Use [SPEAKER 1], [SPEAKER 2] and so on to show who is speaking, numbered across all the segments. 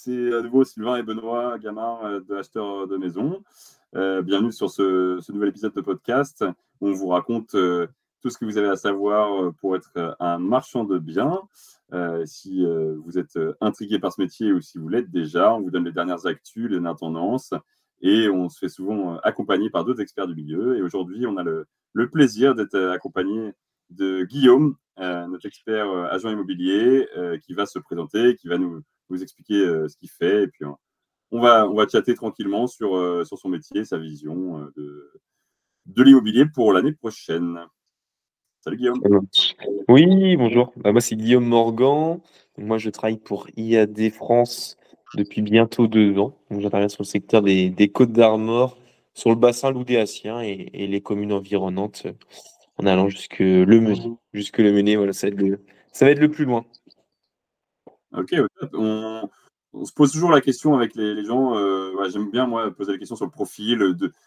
[SPEAKER 1] c'est à nouveau Sylvain et Benoît Gamard de Acheteurs de Maison. Bienvenue sur ce nouvel épisode de podcast où on vous raconte tout ce que vous avez à savoir pour être un marchand de biens. Si vous êtes intrigué par ce métier ou si vous l'êtes déjà, on vous donne les dernières actus, les dernières tendances et on se fait souvent accompagner par d'autres experts du milieu. Et aujourd'hui, on a le plaisir d'être accompagné de Guillaume, notre expert agent immobilier, qui va se présenter, qui va nous expliquer ce qu'il fait. Et puis, on va chatter tranquillement sur son métier, sa vision de l'immobilier pour l'année prochaine. Salut Guillaume.
[SPEAKER 2] Oui, bonjour. Moi, c'est Guillaume Morgan. Moi, je travaille pour IAD France depuis bientôt 2 ans. Donc, j'interviens sur le secteur des Côtes d'Armor, sur le bassin loudéacien et les communes environnantes, en allant jusque Le Mené. Jusque Le Mené, voilà, ça va être le plus loin.
[SPEAKER 1] Ok, top. On se pose toujours la question avec les gens. J'aime bien, moi, poser la question sur le profil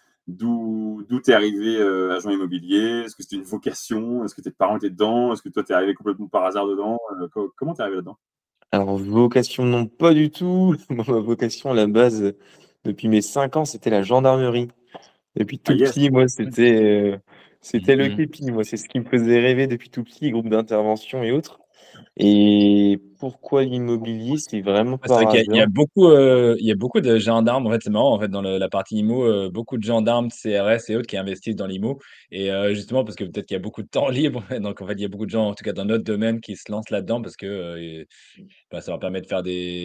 [SPEAKER 1] d'où tu es arrivé agent immobilier. Est-ce que c'était une vocation? Est-ce que tes parents étaient dedans? Est-ce que toi, tu es arrivé complètement par hasard dedans? Comment tu es arrivé là-dedans?
[SPEAKER 2] Alors, vocation, non, pas du tout. Ma vocation, à la base, depuis mes 5 ans, c'était la gendarmerie. Depuis
[SPEAKER 1] Ah
[SPEAKER 2] tout
[SPEAKER 1] yes.
[SPEAKER 2] petit, moi, c'était le
[SPEAKER 3] Mhm.
[SPEAKER 2] képi. Moi, c'est ce qui me faisait rêver depuis tout petit, les groupes d'intervention et autres. Et pourquoi l'immobilier? C'est vraiment
[SPEAKER 3] Ouais, c'est
[SPEAKER 2] par
[SPEAKER 3] vrai qu'il y a
[SPEAKER 2] hasard.
[SPEAKER 3] beaucoup de gendarmes. En fait, c'est marrant. En fait, dans la partie IMO, beaucoup de gendarmes, CRS et autres qui investissent dans l'IMO. Et justement, parce que peut-être qu'il y a beaucoup de temps libre. Donc, en fait, il y a beaucoup de gens, en tout cas dans notre domaine, qui se lancent là-dedans parce que ça leur permet de faire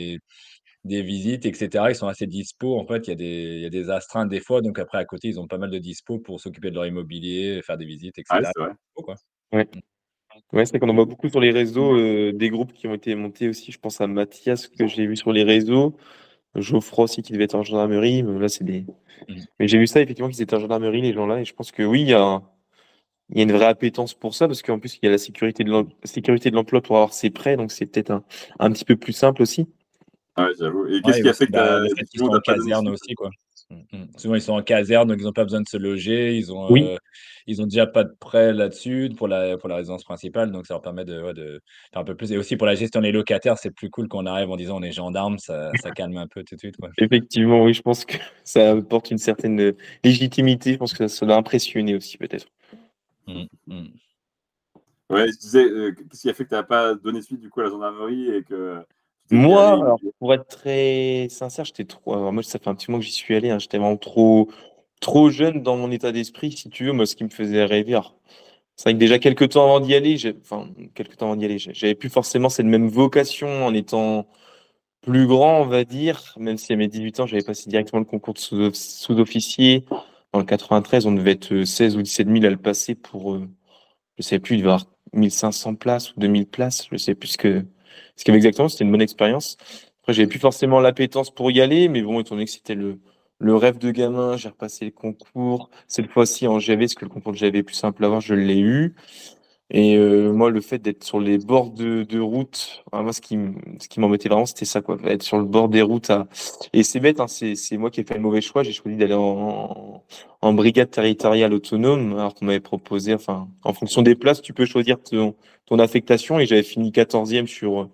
[SPEAKER 3] des visites, etc. Ils sont assez dispo. En fait, il y a des astreintes des fois. Donc, après, à côté, ils ont pas mal de dispo pour s'occuper de leur immobilier, faire des visites,
[SPEAKER 1] Ah,
[SPEAKER 3] etc.
[SPEAKER 1] c'est vrai.
[SPEAKER 3] Quoi.
[SPEAKER 2] Ouais. Ouais, c'est vrai qu'on en voit beaucoup sur les réseaux, des groupes qui ont été montés aussi. Je pense à Mathias, que j'ai vu sur les réseaux. Geoffroy aussi, qui devait être en gendarmerie. Mais là,
[SPEAKER 3] Mhm.
[SPEAKER 2] mais j'ai vu ça, effectivement, qu'ils étaient en gendarmerie, les gens-là. Et je pense que oui, il y a une vraie appétence pour ça, parce qu'en plus, il y a la sécurité de l'emploi pour avoir ses prêts. Donc, c'est peut-être un petit peu plus simple aussi.
[SPEAKER 1] Ouais, j'avoue. Et qu'est-ce
[SPEAKER 3] Ouais, et
[SPEAKER 1] qui a
[SPEAKER 3] aussi
[SPEAKER 1] fait que t'as,
[SPEAKER 3] le fait qu'ils
[SPEAKER 1] effectivement,
[SPEAKER 3] sont en
[SPEAKER 1] t'as pas donné
[SPEAKER 3] caserne
[SPEAKER 1] suite?
[SPEAKER 3] aussi, quoi. Souvent, ils sont en caserne, donc ils n'ont pas besoin de se loger.
[SPEAKER 2] Oui,
[SPEAKER 3] Ils ont déjà pas de prêt là-dessus pour la résidence principale, donc ça leur permet de faire un peu plus. Et aussi pour la gestion des locataires, c'est plus cool qu'on arrive en disant on est gendarme, ça calme un peu tout de suite, quoi.
[SPEAKER 2] effectivement, oui, je pense que ça apporte une certaine légitimité. Je pense que ça doit impressionner aussi, peut-être.
[SPEAKER 3] Mm, mm.
[SPEAKER 1] Ouais, je disais, qu'est-ce qui a fait que t'as pas donné suite du coup à la gendarmerie et que tu t'es dit,
[SPEAKER 2] Moi,
[SPEAKER 1] allez,
[SPEAKER 2] alors,
[SPEAKER 1] immobilier.
[SPEAKER 2] pour être très sincère, j'étais trop. Alors, moi, ça fait un petit moment que j'y suis allé, hein. J'étais vraiment trop jeune dans mon état d'esprit, si tu veux. Moi, ce qui me faisait rêver. Alors, c'est vrai que déjà quelques temps avant d'y aller, enfin, quelques temps avant d'y aller, j'avais plus forcément cette même vocation en étant plus grand, on va dire. Même si à mes 18 ans, j'avais passé directement le concours de sous-officier. Dans le 93, on devait être 16 ou 17 000 à le passer pour, je sais plus, il devait y avoir 1500 places ou 2000 places. Je sais plus ce qu'il y avait exactement. C'était une bonne expérience. Après, j'avais plus forcément l'appétence pour y aller, mais bon, étant donné que c'était le rêve de gamin, j'ai repassé le concours. Cette fois-ci en GAV, parce que le concours de GAV est plus simple à avoir, je l'ai eu. Et moi, le fait d'être sur les bords de route, moi, ce qui m'embêtait vraiment, c'était ça, quoi. Être sur le bord des routes. Et c'est bête, hein, c'est moi qui ai fait le mauvais choix. J'ai choisi d'aller en brigade territoriale autonome, alors qu'on m'avait proposé, enfin, en fonction des places, tu peux choisir ton affectation. Et j'avais fini 14e sur.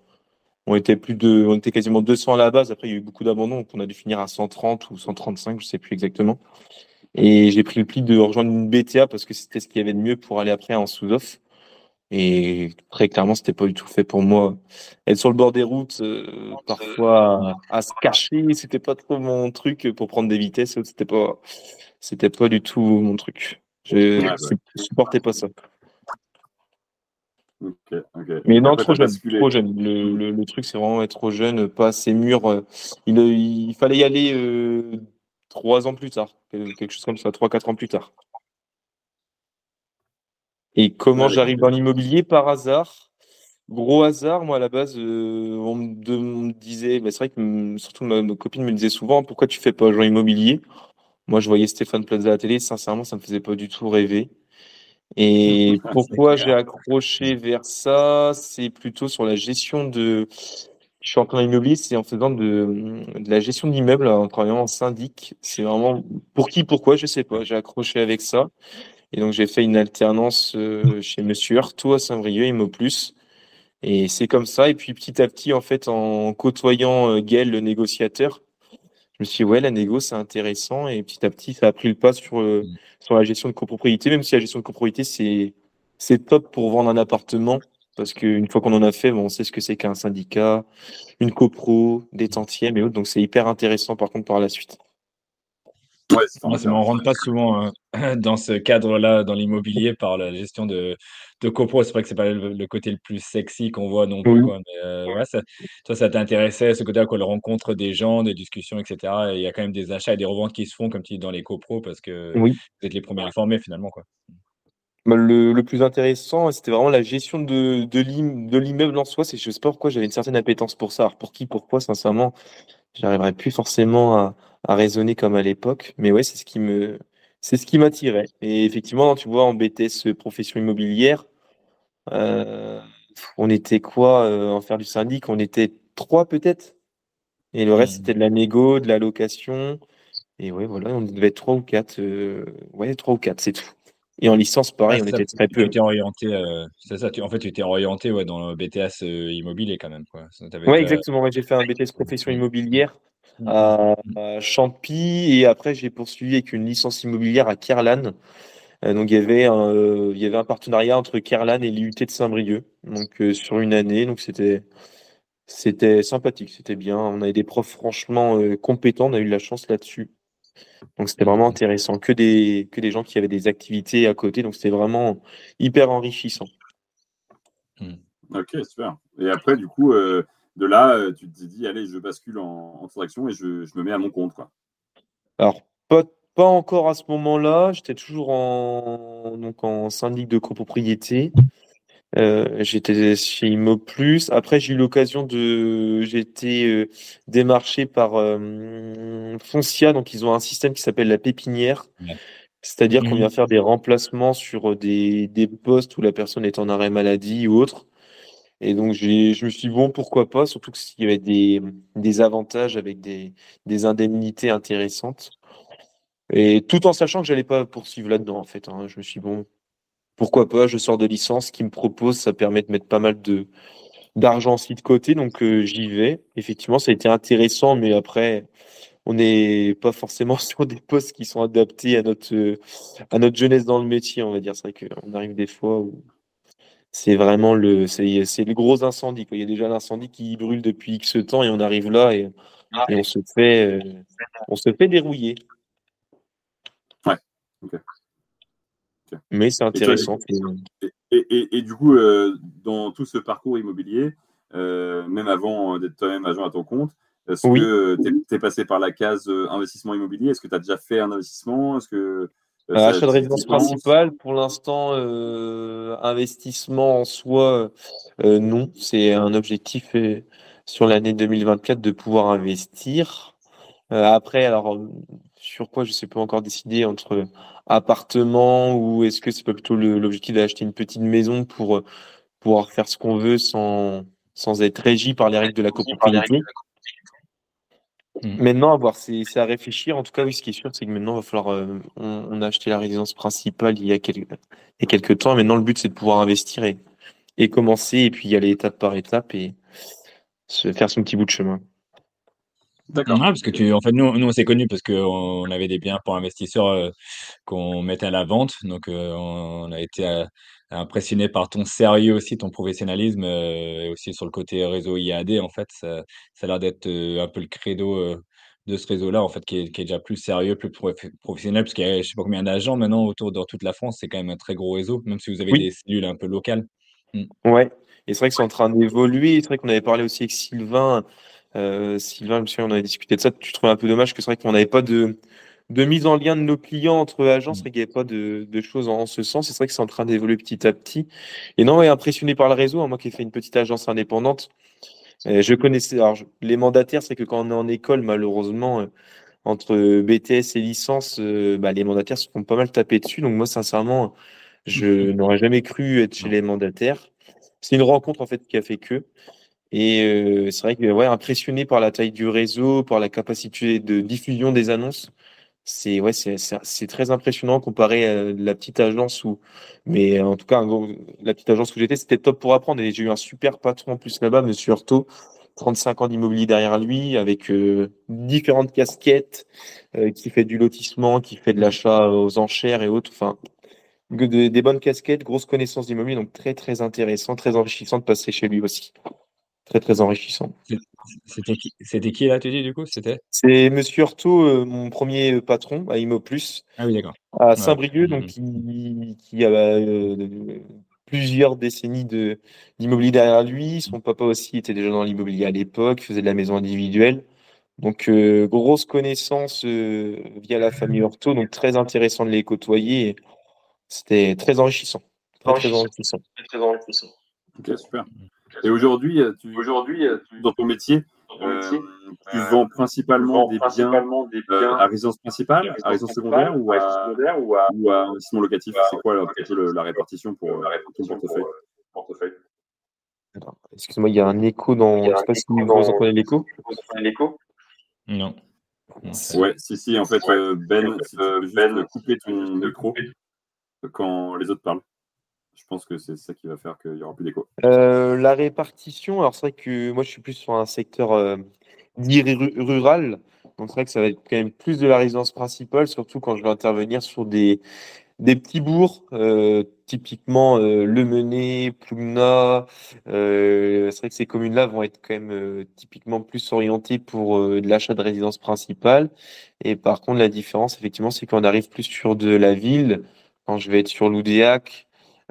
[SPEAKER 2] On était quasiment 200 à la base. Après, il y a eu beaucoup d'abandons, donc on a dû finir à 130 ou 135, je sais plus exactement. Et j'ai pris le pli de rejoindre une BTA parce que c'était ce qu'il y avait de mieux pour aller après en sous-off. Et très clairement, c'était pas du tout fait pour moi. Être sur le bord des routes, parfois à se cacher, c'était pas trop mon truc pour prendre des vitesses. C'était pas du tout mon truc.
[SPEAKER 1] Ouais,
[SPEAKER 2] Je
[SPEAKER 1] bah,
[SPEAKER 2] supportais pas ça.
[SPEAKER 1] ok, ok.
[SPEAKER 2] Mais
[SPEAKER 1] Donc
[SPEAKER 2] non,
[SPEAKER 1] après,
[SPEAKER 2] trop
[SPEAKER 1] t'as
[SPEAKER 2] jeune,
[SPEAKER 1] basculé.
[SPEAKER 2] trop jeune. Le truc, c'est vraiment être trop jeune, pas assez mûr. Il fallait y aller 3 ans plus tard, quelque chose comme ça, 3, 4 ans plus tard. Et comment
[SPEAKER 1] Ouais, d'accord,
[SPEAKER 2] j'arrive
[SPEAKER 1] ok.
[SPEAKER 2] dans l'immobilier? Par hasard. Gros hasard, moi à la base, on me disait, bah, c'est vrai que surtout ma copine me disait souvent, pourquoi tu fais pas agent immobilier? Moi je voyais Stéphane Plaza à la télé, sincèrement ça me faisait pas du tout rêver. Et
[SPEAKER 3] C'est
[SPEAKER 2] pourquoi j'ai
[SPEAKER 3] clair.
[SPEAKER 2] accroché vers ça? C'est plutôt sur la gestion de. Je suis en immobilier, c'est en faisant de la gestion d'immeubles, en travaillant en syndic. C'est vraiment pour qui, pourquoi, je sais pas. J'ai accroché avec ça. Et donc j'ai fait une alternance chez Monsieur Heurtaud à Saint-Brieuc, Immo Plus. Et c'est comme ça. Et puis petit à petit, en fait, en côtoyant Gaël, le négociateur, je me suis dit, ouais, la négo, c'est intéressant. Et petit à petit, ça a pris le pas
[SPEAKER 3] Mm.
[SPEAKER 2] sur la gestion de copropriété, même si la gestion de copropriété, c'est top pour vendre un appartement. Parce qu'une fois qu'on en a fait, bon, on sait ce que c'est qu'un syndicat, une copro, des tantièmes et autres. Donc, c'est hyper intéressant, par contre, par la suite.
[SPEAKER 1] Ouais, c'est
[SPEAKER 3] Moi, ça
[SPEAKER 1] formateur.
[SPEAKER 3] m'en rentre pas souvent dans ce cadre-là, dans l'immobilier, par la gestion de copro. C'est vrai que c'est pas le côté le plus sexy qu'on voit non plus,
[SPEAKER 2] Oui,
[SPEAKER 3] quoi. Mais ouais, toi, ça t'intéressait, ce côté-là, quoi, le rencontre des gens, des discussions, etc. Et il y a quand même des achats et des reventes qui se font, comme tu dis, dans les copros, parce que
[SPEAKER 2] oui.
[SPEAKER 3] vous êtes les premiers informés, finalement, quoi.
[SPEAKER 2] Bah, le plus intéressant, c'était vraiment la gestion de l'immeuble en soi. Je sais pas pourquoi j'avais une certaine appétence pour ça. Alors, pour qui, pourquoi, sincèrement, j'arriverais plus forcément à raisonner comme à l'époque. Mais ouais, c'est ce qui m'attirait. Et effectivement, tu vois, en BTS profession immobilière, euh, on était quoi, en faire du syndic? On était trois peut-être. Et le reste, c'était
[SPEAKER 3] Mm.
[SPEAKER 2] de la négo, de la location. Et ouais, voilà, on devait être trois ou quatre. Ouais, trois ou quatre, c'est tout. Et en licence,
[SPEAKER 3] Ah,
[SPEAKER 2] pareil, on
[SPEAKER 3] c'est ça,
[SPEAKER 2] était très
[SPEAKER 3] tu
[SPEAKER 2] peu.
[SPEAKER 3] étais orienté, c'est ça, en fait, tu étais orienté, ouais, dans le BTS immobilier, quand même, quoi.
[SPEAKER 2] Ouais, exactement. Ouais, j'ai fait un BTS profession
[SPEAKER 3] Mm.
[SPEAKER 2] immobilière
[SPEAKER 3] Mm. Mm.
[SPEAKER 2] à Champy et après j'ai poursuivi avec une licence immobilière à Kerlan. Donc il y avait un partenariat entre Kerlan et l'IUT de Saint-Brieuc. Donc sur une année, donc c'était sympathique, c'était bien. On avait des profs franchement compétents. On a eu de la chance là-dessus. Donc c'était vraiment
[SPEAKER 3] Mm.
[SPEAKER 2] intéressant. Que des gens qui avaient des activités à côté. Donc c'était vraiment hyper enrichissant.
[SPEAKER 3] Mm.
[SPEAKER 1] Ok, super. Et après, du coup, de là, tu te dis, allez, je bascule en transaction et je me mets à mon compte, quoi.
[SPEAKER 2] Alors, pas encore à ce moment-là. J'étais toujours donc en syndic de copropriété. J'étais chez Immoplus. Après, j'ai été démarché par Foncia. Donc, ils ont un système qui s'appelle la pépinière.
[SPEAKER 3] Ouais.
[SPEAKER 2] C'est-à-dire qu'on vient
[SPEAKER 3] Mhm.
[SPEAKER 2] faire des remplacements sur des postes où la personne est en arrêt maladie ou autre. Et donc, je me suis dit, bon, pourquoi pas, surtout qu'il y avait des avantages avec des indemnités intéressantes. Et tout en sachant que j'allais pas poursuivre là-dedans, en fait, hein. Je me suis dit, bon, pourquoi pas, je sors de licence, ce qui me propose, ça permet de mettre pas mal d'argent aussi de côté, donc j'y vais. Effectivement, ça a été intéressant, mais après, on n'est pas forcément sur des postes qui sont adaptés à notre jeunesse dans le métier, on va dire. C'est vrai qu'on arrive des fois où c'est le gros incendie, quoi. Il y a déjà l'incendie qui brûle depuis X temps et on arrive là et on se fait dérouiller.
[SPEAKER 1] Ouais. Ok. Ok.
[SPEAKER 2] Mais c'est
[SPEAKER 1] Et, toi,
[SPEAKER 2] intéressant.
[SPEAKER 1] et du coup, dans tout ce parcours immobilier, même avant d'être toi-même agent à ton compte, est-ce
[SPEAKER 2] Oui.
[SPEAKER 1] que tu es passé par la case investissement immobilier? Est-ce que tu as déjà fait un investissement? Est-ce que
[SPEAKER 2] Achat de
[SPEAKER 1] t'y
[SPEAKER 2] résidence
[SPEAKER 1] penses?
[SPEAKER 2] principale, pour l'instant, investissement en soi, non. C'est un objectif sur l'année 2024 de pouvoir investir. Après, alors, sur quoi je ne sais pas encore décider entre appartement ou est-ce que c'est pas plutôt l'objectif d'acheter une petite maison pour pouvoir faire ce qu'on veut sans être régi par les règles de la copropriété.
[SPEAKER 3] Mhm.
[SPEAKER 2] Maintenant, à voir, c'est à réfléchir. En tout cas, oui, ce qui est sûr, c'est que maintenant, il va falloir. On a acheté la résidence principale il y a quelques temps. Maintenant, le but, c'est de pouvoir investir et commencer, et puis y aller étape par étape et se faire son petit bout de chemin.
[SPEAKER 3] Ouais,
[SPEAKER 1] D'accord.
[SPEAKER 3] parce que
[SPEAKER 1] Ok.
[SPEAKER 3] en fait, nous on s'est connus parce qu'on avait des biens pour investisseurs qu'on mettait à la vente. Donc, on a été impressionné par ton sérieux aussi, ton professionnalisme, et aussi sur le côté réseau IAD. En fait, ça a l'air d'être un peu le credo de ce réseau-là, en fait, qui est déjà plus sérieux, plus professionnel, parce qu'il y a, je sais pas combien d'agents maintenant autour dans toute la France. C'est quand même un très gros réseau, même si vous avez
[SPEAKER 2] Oui,
[SPEAKER 3] des cellules un peu locales. Mm.
[SPEAKER 2] ouais. Et c'est vrai que c'est en train d'évoluer. C'est vrai qu'on avait parlé aussi avec Sylvain. Sylvain, je me souviens, on avait discuté de ça. Tu trouvais un peu dommage que c'est vrai qu'on n'avait pas de mise en lien de nos clients entre agences, c'est
[SPEAKER 3] Mm.
[SPEAKER 2] vrai qu'il n'y avait pas de choses en ce sens. C'est vrai que c'est en train d'évoluer petit à petit. Et non, ouais, impressionné par le réseau, hein, moi qui ai fait une petite agence indépendante, je connaissais. Alors, les mandataires, c'est que quand on est en école, malheureusement, entre BTS et licence, bah, les mandataires se font pas mal taper dessus. Donc, moi, sincèrement, je n'aurais jamais cru être chez
[SPEAKER 3] Non.
[SPEAKER 2] les mandataires. C'est une rencontre, en fait, qui a fait que. Et c'est vrai que, ouais, impressionné par la taille du réseau, par la capacité de diffusion des annonces. C'est très impressionnant comparé à la petite agence mais en tout cas, la petite agence où j'étais, c'était top pour apprendre. Et j'ai eu un super patron en plus là-bas, Monsieur Hurtaud, 35 ans d'immobilier derrière lui, avec différentes casquettes, qui fait du lotissement, qui fait de l'achat aux enchères et autres. Enfin, des bonnes casquettes, grosses connaissances d'immobilier, donc très très intéressant, très enrichissant de passer chez lui aussi. Très très enrichissant.
[SPEAKER 3] C'est- C'était qui là, tu dis, du coup? C'était?
[SPEAKER 2] C'est Monsieur Hurtaud, mon premier patron à Immoplus,
[SPEAKER 3] Ah oui, d'accord.
[SPEAKER 2] à
[SPEAKER 3] Ouais.
[SPEAKER 2] Saint-Brieuc, donc qui a plusieurs décennies d'immobilier derrière lui. Son papa aussi était déjà dans l'immobilier à l'époque, faisait de la maison individuelle. Donc, grosse connaissance via la famille Hurtaud, donc très intéressant de les côtoyer. C'était très enrichissant. Très, très enrichissant.
[SPEAKER 1] Ok, super. Et aujourd'hui, dans ton métier, euh, tu vends principalement des biens à résidence principale, à résidence secondaire ou à investissement locatif? C'est quoi un petit peu la répartition pour ton portefeuille?
[SPEAKER 2] Alors, excuse-moi, il y a un écho dans. Je sais pas si vous entendez l'écho.
[SPEAKER 3] Non.
[SPEAKER 1] Ouais, si, en fait, Ben, si tu peux juste couper ton micro quand les autres parlent. Je pense que c'est ça qui va faire qu'il n'y aura plus d'écho.
[SPEAKER 2] La répartition, alors c'est vrai que moi je suis plus sur un secteur dit rural, donc c'est vrai que ça va être quand même plus de la résidence principale, surtout quand je vais intervenir sur des petits bourgs, typiquement Le Menet, Plougna. C'est vrai que ces communes-là vont être quand même typiquement plus orientées pour de l'achat de résidence principale. Et par contre, la différence, effectivement, c'est quand on arrive plus sur de la ville, quand je vais être sur Loudéac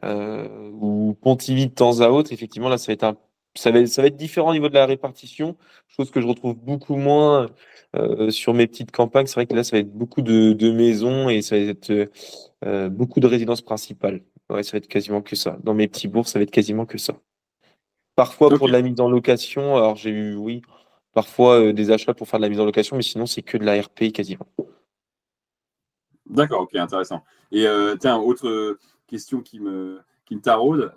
[SPEAKER 2] ou Pontivy de temps à autre, effectivement, là, ça va être différent au niveau de la répartition, chose que je retrouve beaucoup moins sur mes petites campagnes. C'est vrai que là, ça va être beaucoup de maisons et ça va être beaucoup de résidences principales. Ouais, ça va être quasiment que ça. Dans mes petits bourgs, ça va être quasiment que ça. Parfois
[SPEAKER 1] Ok,
[SPEAKER 2] pour de la mise en location, alors j'ai eu, oui, parfois des achats pour faire de la mise en location, mais sinon c'est que de la RP quasiment.
[SPEAKER 1] d'accord, ok, intéressant. Et tiens, autre question qui me taraude,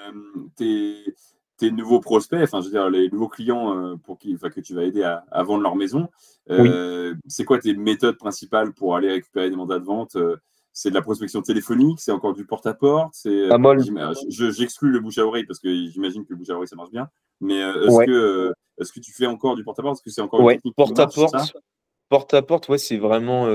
[SPEAKER 1] tes nouveaux prospects, enfin, je veux dire, les nouveaux clients que tu vas aider à vendre leur maison,
[SPEAKER 2] Oui.
[SPEAKER 1] c'est quoi tes méthodes principales pour aller récupérer des mandats de vente? C'est de la prospection téléphonique, c'est encore du porte-à-porte,
[SPEAKER 2] À Moll,
[SPEAKER 1] j'exclus le bouche à oreille parce que j'imagine que le bouche à oreille ça marche bien, mais
[SPEAKER 2] ouais,
[SPEAKER 1] est-ce que tu fais encore du porte-à-porte? Est-ce que c'est encore une
[SPEAKER 2] ouais,
[SPEAKER 1] technique qui
[SPEAKER 2] porte à
[SPEAKER 1] marche, c'est ça?
[SPEAKER 2] porte, porte à porte, ouais, c'est vraiment,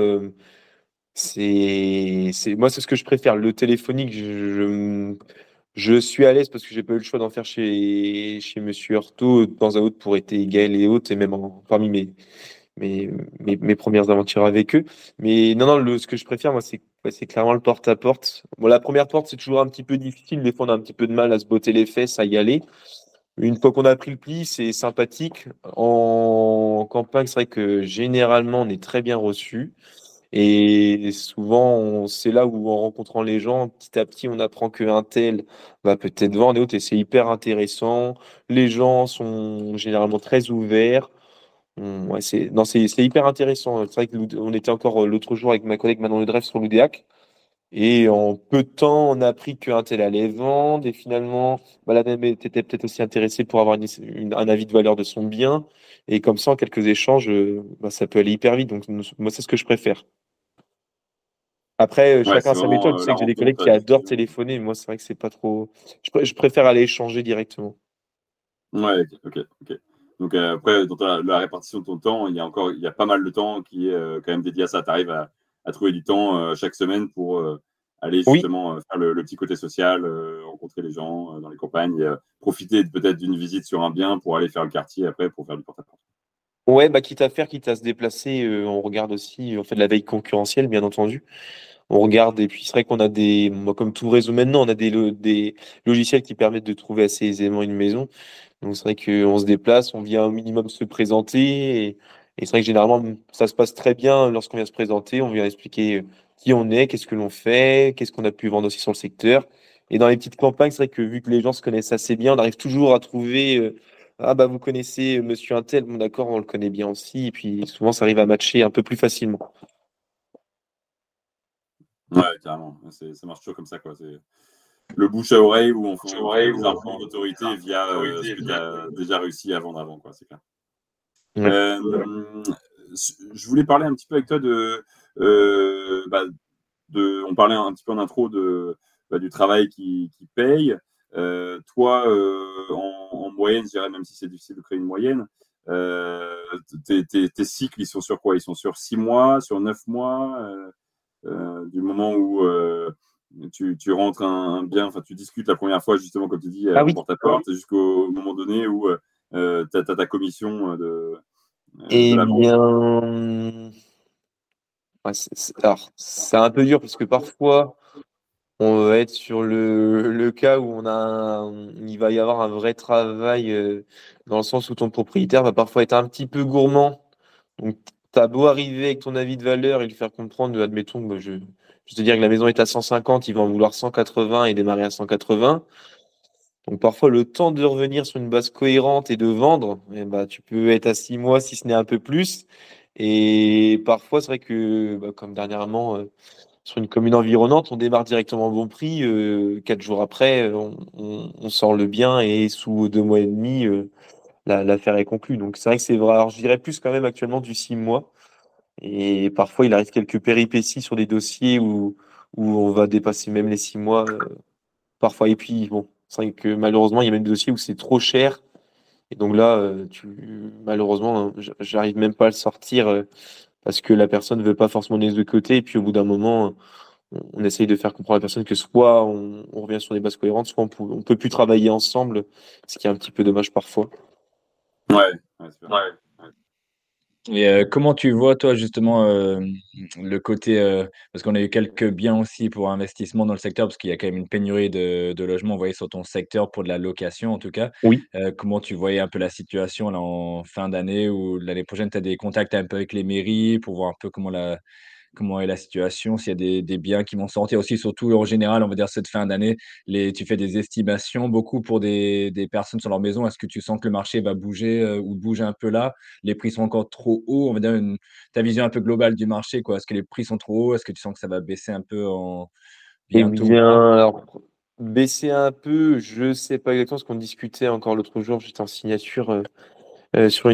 [SPEAKER 2] moi c'est ce que je préfère. Le téléphonique, je suis à l'aise parce que j'ai pas eu le choix d'en faire chez Monsieur Hurtaud de temps à autre pour être égal et autres, et même parmi mes premières aventures avec eux. Mais non, non, ce que je préfère, moi, c'est clairement le porte-à-porte. Bon, la première porte, c'est toujours un petit peu difficile. Des fois, on a un petit peu de mal à se botter les fesses, à y aller. Une fois qu'on a pris le pli, c'est sympathique. En campagne, c'est vrai que généralement, on est très bien reçu. Et souvent, c'est là où, en rencontrant les gens, petit à petit, on apprend qu'un tel va peut-être vendre et autres. Et c'est hyper intéressant. Les gens sont généralement très ouverts. Ouais, non, c'est hyper intéressant. C'est vrai que on était encore l'autre jour avec ma collègue Manon Ledref sur l'Oudéac. Et en peu de temps, on a appris qu'un tel allait vendre. Et finalement, bah, la dame était peut-être aussi intéressée pour avoir un avis de valeur de son bien. Et comme ça, en quelques échanges, bah, ça peut aller hyper vite. Donc, moi, c'est ce que je préfère. Après,
[SPEAKER 1] Ouais,
[SPEAKER 2] chacun a
[SPEAKER 1] c'est
[SPEAKER 2] sa méthode.
[SPEAKER 1] vraiment
[SPEAKER 2] Je sais
[SPEAKER 1] la
[SPEAKER 2] que j'ai des collègues
[SPEAKER 1] rencontre,
[SPEAKER 2] qui
[SPEAKER 1] la
[SPEAKER 2] adorent
[SPEAKER 1] discussion.
[SPEAKER 2] téléphoner. Moi, c'est vrai que c'est pas trop. Je préfère aller échanger directement.
[SPEAKER 1] Ouais, ok, ok. Donc après, dans la répartition de ton temps, il y a pas mal de temps qui est quand même dédié à ça. Tu arrives à trouver du temps chaque semaine pour aller
[SPEAKER 2] Oui,
[SPEAKER 1] justement faire le petit côté social, rencontrer les gens dans les campagnes, et, profiter peut-être d'une visite sur un bien pour aller faire le quartier après pour faire du porte-à-porte.
[SPEAKER 2] ouais, bah, quitte à se déplacer, on regarde aussi, on fait de la veille concurrentielle, bien entendu. On regarde, et puis c'est vrai qu'on a moi, comme tout réseau maintenant, on a des logiciels qui permettent de trouver assez aisément une maison. Donc c'est vrai qu'on se déplace, on vient au minimum se présenter, et c'est vrai que généralement, ça se passe très bien lorsqu'on vient se présenter, on vient expliquer qui on est, qu'est-ce que l'on fait, qu'est-ce qu'on a pu vendre aussi sur le secteur. Et dans les petites campagnes, c'est vrai que vu que les gens se connaissent assez bien, on arrive toujours à trouver, ah bah vous connaissez Monsieur Untel, bon d'accord, on le connaît bien aussi, et puis souvent ça arrive à matcher un peu plus facilement.
[SPEAKER 1] Ouais, carrément. Ça marche toujours comme ça, quoi. C'est le bouche à oreille où on prend des arguments d'autorité via ce que tu as déjà réussi à vendre avant, quoi. C'est clair.
[SPEAKER 2] Ouais.
[SPEAKER 1] Euh, je voulais parler un petit peu avec toi on parlait un petit peu en intro du travail qui paye. Toi, en moyenne, je dirais, même si c'est difficile de créer une moyenne, tes cycles, ils sont sur quoi? Ils sont sur 6 mois, sur 9 mois, du moment où tu rentres un bien, enfin, tu discutes la première fois, justement, comme tu dis,
[SPEAKER 2] Ah
[SPEAKER 1] en
[SPEAKER 2] oui.
[SPEAKER 1] porte-à-porte, jusqu'au moment donné où tu as ta commission de
[SPEAKER 2] Eh
[SPEAKER 1] la vente.
[SPEAKER 2] bien, ouais, alors, c'est un peu dur parce que parfois, on va être sur le cas où il va y avoir un vrai travail dans le sens où ton propriétaire va parfois être un petit peu gourmand. Donc, tu as beau arriver avec ton avis de valeur et lui faire comprendre, admettons, je te dire que la maison est à 150, il va en vouloir 180 et démarrer à 180. Donc, parfois, le temps de revenir sur une base cohérente et de vendre, eh ben, tu peux être à 6 mois, si ce n'est un peu plus. Et parfois, c'est vrai que, comme dernièrement, sur une commune environnante, on démarre directement au bon prix. 4 jours après, on sort le bien et sous 2 mois et demi, l'affaire est conclue. Donc c'est vrai que c'est vrai. Alors je dirais plus quand même actuellement du 6 mois. Et parfois, il arrive quelques péripéties sur des dossiers où on va dépasser même les 6 mois. Parfois. Et puis, bon, c'est vrai que malheureusement, il y a même des dossiers où c'est trop cher. Et donc là, malheureusement, hein, j'arrive même pas à le sortir parce que la personne ne veut pas forcément les de côté. Et puis au bout d'un moment, on essaye de faire comprendre à la personne que soit on revient sur des bases cohérentes, soit on peut plus travailler ensemble, ce qui est un petit peu dommage parfois.
[SPEAKER 1] Ouais, ouais, c'est sûr.
[SPEAKER 2] Ouais.
[SPEAKER 3] Et comment tu vois, toi, justement, le côté, parce qu'on a eu quelques biens aussi pour investissement dans le secteur, parce qu'il y a quand même une pénurie de logements, vous voyez, sur ton secteur pour de la location, en tout cas.
[SPEAKER 2] Oui.
[SPEAKER 3] Comment tu voyais un peu la situation là, en fin d'année ou l'année prochaine? Tu as des contacts un peu avec les mairies pour voir un peu comment est la situation? S'il y a des biens qui vont sortir aussi, surtout en général, on va dire cette fin d'année, tu fais des estimations beaucoup pour des personnes sur leur maison. Est-ce que tu sens que le marché va bouger, ou bouge un peu là? Les prix sont encore trop hauts? On va dire ta vision un peu globale du marché, quoi. Est-ce que les prix sont trop hauts? Est-ce que tu sens que ça va baisser un peu
[SPEAKER 2] Eh
[SPEAKER 3] bientôt ou pas?
[SPEAKER 2] bien, alors, baisser un peu, je sais pas exactement ce qu'on discutait encore l'autre jour, j'étais en signature sur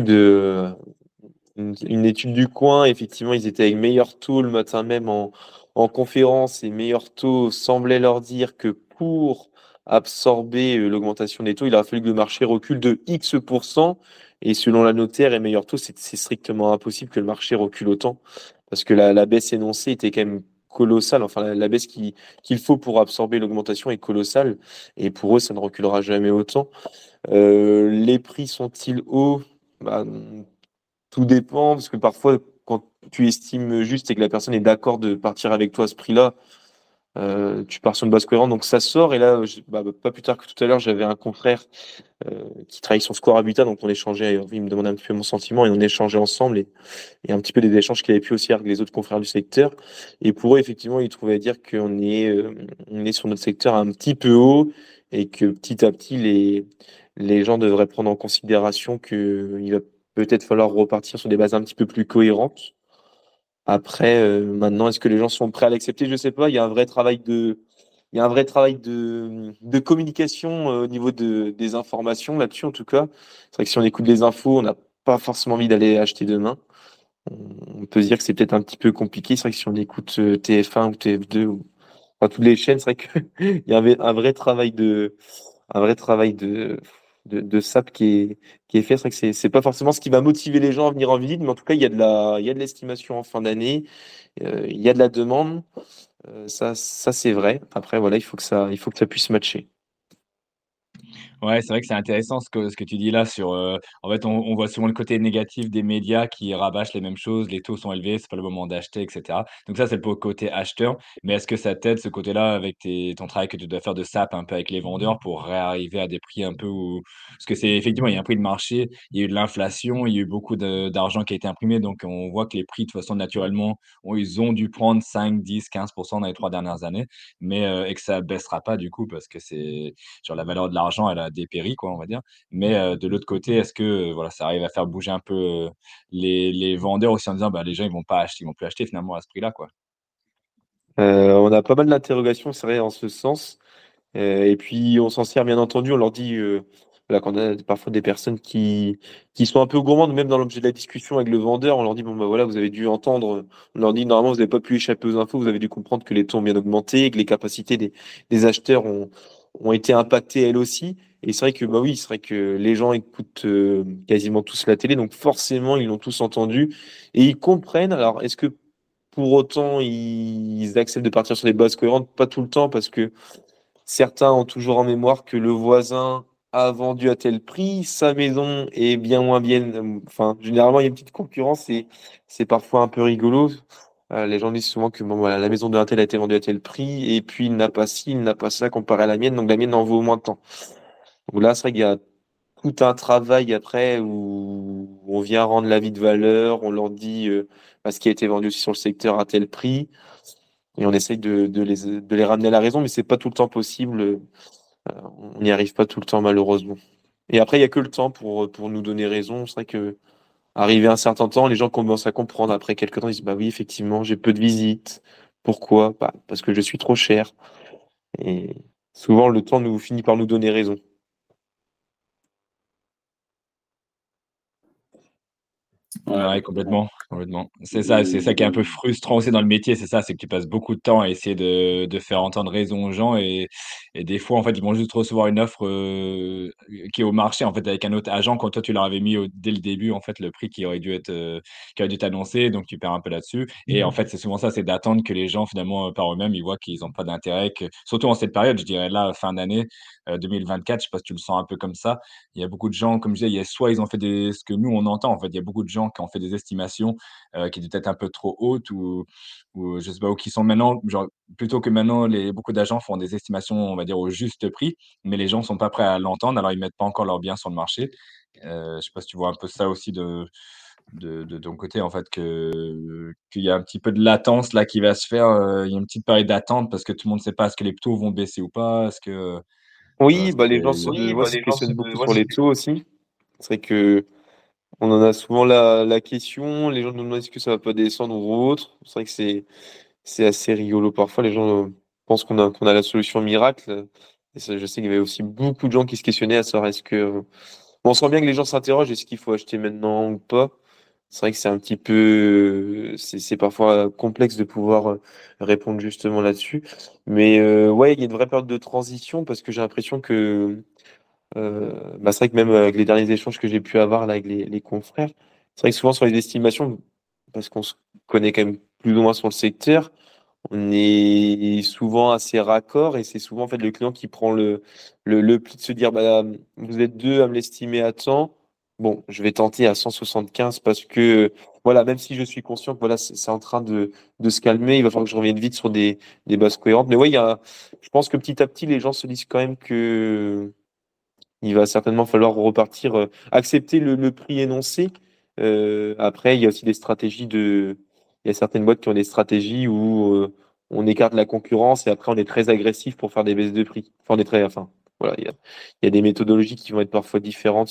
[SPEAKER 2] une étude du coin. Effectivement, ils étaient avec meilleur taux le matin même en conférence et meilleur taux semblait leur dire que pour absorber l'augmentation des taux, il a fallu que le marché recule de X%. Et selon la notaire et meilleur taux, c'est strictement impossible que le marché recule autant parce que la baisse énoncée était quand même colossale. Enfin, la baisse qu'il faut pour absorber l'augmentation est colossale. Et pour eux, ça ne reculera jamais autant. Les prix sont-ils hauts? Bah, tout dépend, parce que parfois, quand tu estimes juste et que la personne est d'accord de partir avec toi à ce prix-là, tu pars sur une base cohérente, donc ça sort. Et là, pas plus tard que tout à l'heure, j'avais un confrère qui travaille sur Square Habitat, donc on échangeait, il me demandait un petit peu mon sentiment et on échangeait ensemble et un petit peu des échanges qu'il avait pu aussi avec les autres confrères du secteur. Et pour eux, effectivement, ils trouvaient à dire on est sur notre secteur un petit peu haut et que petit à petit, les gens devraient prendre en considération qu'il va peut-être falloir repartir sur des bases un petit peu plus cohérentes. Après, maintenant, est-ce que les gens sont prêts à l'accepter? Je sais pas. Il y a un vrai travail de communication au niveau des informations là-dessus, en tout cas. C'est vrai que si on écoute les infos, on n'a pas forcément envie d'aller acheter demain. On peut se dire que c'est peut-être un petit peu compliqué. C'est vrai que si on écoute TF1 ou TF2 ou enfin, toutes les chaînes, c'est vrai qu'il y avait un vrai travail de SAP qui est fait. C'est vrai que c'est pas forcément ce qui va motiver les gens à venir en visite, mais en tout cas, il y a de l'estimation en fin d'année, il y a de la demande. Ça c'est vrai. Après, voilà, il faut que ça puisse matcher.
[SPEAKER 3] Ouais, c'est vrai que c'est intéressant ce que tu dis là sur, en fait, on voit souvent le côté négatif des médias qui rabâchent les mêmes choses, les taux sont élevés, c'est pas le moment d'acheter et cetera. Donc ça, c'est le côté acheteur, mais est-ce que ça t'aide ce côté-là avec ton travail que tu dois faire de SAP un peu avec les vendeurs pour réarriver à des prix un peu où parce que c'est effectivement, il y a un prix de marché, il y a eu de l'inflation, il y a eu beaucoup d'argent qui a été imprimé, donc on voit que les prix de toute façon naturellement, ils ont dû prendre 5, 10, 15% dans les 3 dernières années, mais et que ça baissera pas du coup parce que c'est genre la valeur de l'argent, elle a dépéri, quoi, on va dire. Mais de l'autre côté, est-ce que voilà, ça arrive à faire bouger un peu les vendeurs aussi en disant bah, les gens ils vont plus acheter finalement à ce prix-là, quoi.
[SPEAKER 2] On a pas mal d'interrogations, c'est vrai, en ce sens. Et puis, on s'en sert, bien entendu. On leur dit, voilà, quand on a parfois des personnes qui sont un peu gourmandes, même dans l'objet de la discussion avec le vendeur, on leur dit, bon, bah voilà, vous avez dû entendre, on leur dit, normalement, vous n'avez pas pu échapper aux infos, vous avez dû comprendre que les taux ont bien augmenté et que les capacités des acheteurs ont été impactées elles aussi. Et c'est vrai que, bah oui, c'est vrai que les gens écoutent quasiment tous la télé, donc forcément, ils l'ont tous entendu et ils comprennent. Alors, est-ce que pour autant, ils acceptent de partir sur des bases cohérentes? Pas tout le temps, parce que certains ont toujours en mémoire que le voisin a vendu à tel prix, sa maison est bien moins bien. Enfin, généralement, il y a une petite concurrence et c'est parfois un peu rigolo. Les gens disent souvent que bon, voilà, la maison de un tel a été vendue à tel prix et puis il n'a pas ci, il n'a pas ça comparé à la mienne, donc la mienne en vaut moins de temps. Donc là, c'est vrai qu'il y a tout un travail après où on vient rendre l'avis de valeur, on leur dit ce qui a été vendu aussi sur le secteur à tel prix. Et on essaye de les ramener à la raison, mais c'est pas tout le temps possible. On n'y arrive pas tout le temps, malheureusement. Et après, il y a que le temps pour nous donner raison. C'est vrai que arrivé à un certain temps, les gens commencent à comprendre. Après quelques temps, ils disent, bah oui, effectivement, j'ai peu de visites. Pourquoi? Bah, parce que je suis trop cher. Et souvent, le temps nous finit par nous donner raison.
[SPEAKER 1] Ouais,
[SPEAKER 3] Ouais,
[SPEAKER 1] exactement.
[SPEAKER 3] complètement. C'est ça qui est un peu frustrant aussi dans le métier, c'est ça, c'est que tu passes beaucoup de temps à essayer de faire entendre raison aux gens et des fois, en fait, ils vont juste recevoir une offre qui est au marché, en fait, avec un autre agent quand toi tu leur avais mis dès le début, en fait, le prix qui aurait dû être, qui aurait dû t'annoncer, donc tu perds un peu là-dessus. Et en fait, c'est souvent ça, c'est d'attendre que les gens, finalement, par eux-mêmes, ils voient qu'ils n'ont pas d'intérêt, surtout en cette période, je dirais là, fin d'année 2024, je sais pas si tu le sens un peu comme ça. Il y a beaucoup de gens, comme je disais, il y a soit ils ont fait ce que nous on entend en fait, il y a beaucoup de gens qui ont fait des estimations qui étaient peut-être un peu trop hautes ou je sais pas, ou qui sont maintenant, genre, plutôt que maintenant, beaucoup d'agents font des estimations, on va dire, au juste prix, mais les gens sont pas prêts à l'entendre, alors ils mettent pas encore leurs biens sur le marché. Je sais pas si tu vois un peu ça aussi de ton côté, en fait, qu'il y a un petit peu de latence là qui va se faire. Il y a une petite période d'attente parce que tout le monde ne sait pas est-ce que les taux vont baisser ou pas. Est-ce que voilà,
[SPEAKER 2] Oui, bah, les gens
[SPEAKER 3] c'est
[SPEAKER 2] se questionnent beaucoup sur les taux aussi. C'est vrai que on en a souvent la question. Les gens nous demandent est-ce que ça va pas descendre ou autre. C'est vrai que c'est assez rigolo parfois. Les gens pensent qu'on a la solution miracle. Et ça, je sais qu'il y avait aussi beaucoup de gens qui se questionnaient à savoir est-ce que. Bon, on sent bien que les gens s'interrogent est-ce qu'il faut acheter maintenant ou pas. C'est vrai que c'est un petit peu. C'est parfois complexe de pouvoir répondre justement là-dessus. Mais ouais, il y a une vraie période de transition parce que j'ai l'impression que. C'est vrai que même avec les derniers échanges que j'ai pu avoir là, avec les confrères, c'est vrai que souvent sur les estimations, parce qu'on se connaît quand même plus ou moins sur le secteur, on est souvent assez raccord et c'est souvent en fait le client qui prend le pli de se dire bah, vous êtes deux à me l'estimer à temps. Bon, je vais tenter à 175 parce que voilà, même si je suis conscient que voilà, c'est en train de se calmer, il va falloir que je revienne vite sur des bases cohérentes. Mais oui, je pense que petit à petit, les gens se disent quand même que il va certainement falloir repartir, accepter le prix énoncé. Après, il y a aussi des stratégies il y a certaines boîtes qui ont des stratégies où on écarte la concurrence et après on est très agressif pour faire des baisses de prix. Enfin, voilà, il y a des méthodologies qui vont être parfois différentes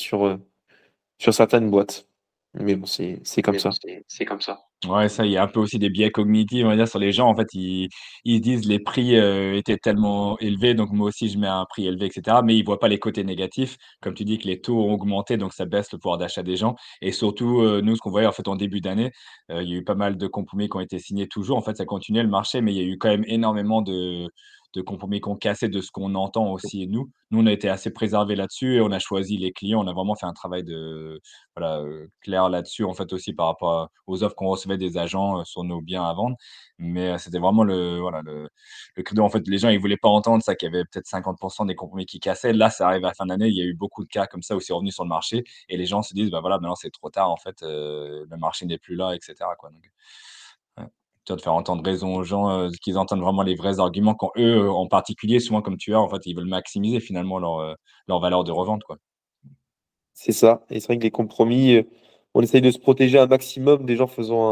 [SPEAKER 2] sur certaines boîtes. Mais bon, c'est comme ça.
[SPEAKER 3] Ouais, ça, il y a un peu aussi des biais cognitifs, on va dire, sur les gens. En fait, ils se disent les prix étaient tellement élevés, donc moi aussi je mets un prix élevé, etc. Mais ils voient pas les côtés négatifs. Comme tu dis que les taux ont augmenté, donc ça baisse le pouvoir d'achat des gens. Et surtout, nous, ce qu'on voyait en fait en début d'année, il y a eu pas mal de compromis qui ont été signés toujours. En fait, ça continuait le marché, mais il y a eu quand même énormément de compromis qu'on cassait de ce qu'on entend aussi. Et nous, on a été assez préservés là-dessus et on a choisi les clients. On a vraiment fait un travail voilà, clair là-dessus, en fait, aussi par rapport aux offres qu'on recevait des agents sur nos biens à vendre. Mais c'était vraiment voilà, le credo. En fait, les gens, ils voulaient pas entendre ça, qu'il y avait peut-être 50% des compromis qui cassaient. Là, ça arrive à la fin d'année. Il y a eu beaucoup de cas comme ça où c'est revenu sur le marché et les gens se disent, bah voilà, maintenant c'est trop tard, en fait, le marché n'est plus là, etc., quoi. Donc, ouais. Tu vois, de faire entendre raison aux gens, qu'ils entendent vraiment les vrais arguments quand eux, en particulier, souvent comme tu as, en fait, ils veulent maximiser finalement leur valeur de revente, quoi.
[SPEAKER 2] C'est ça. Et c'est vrai que les compromis, on essaye de se protéger un maximum des gens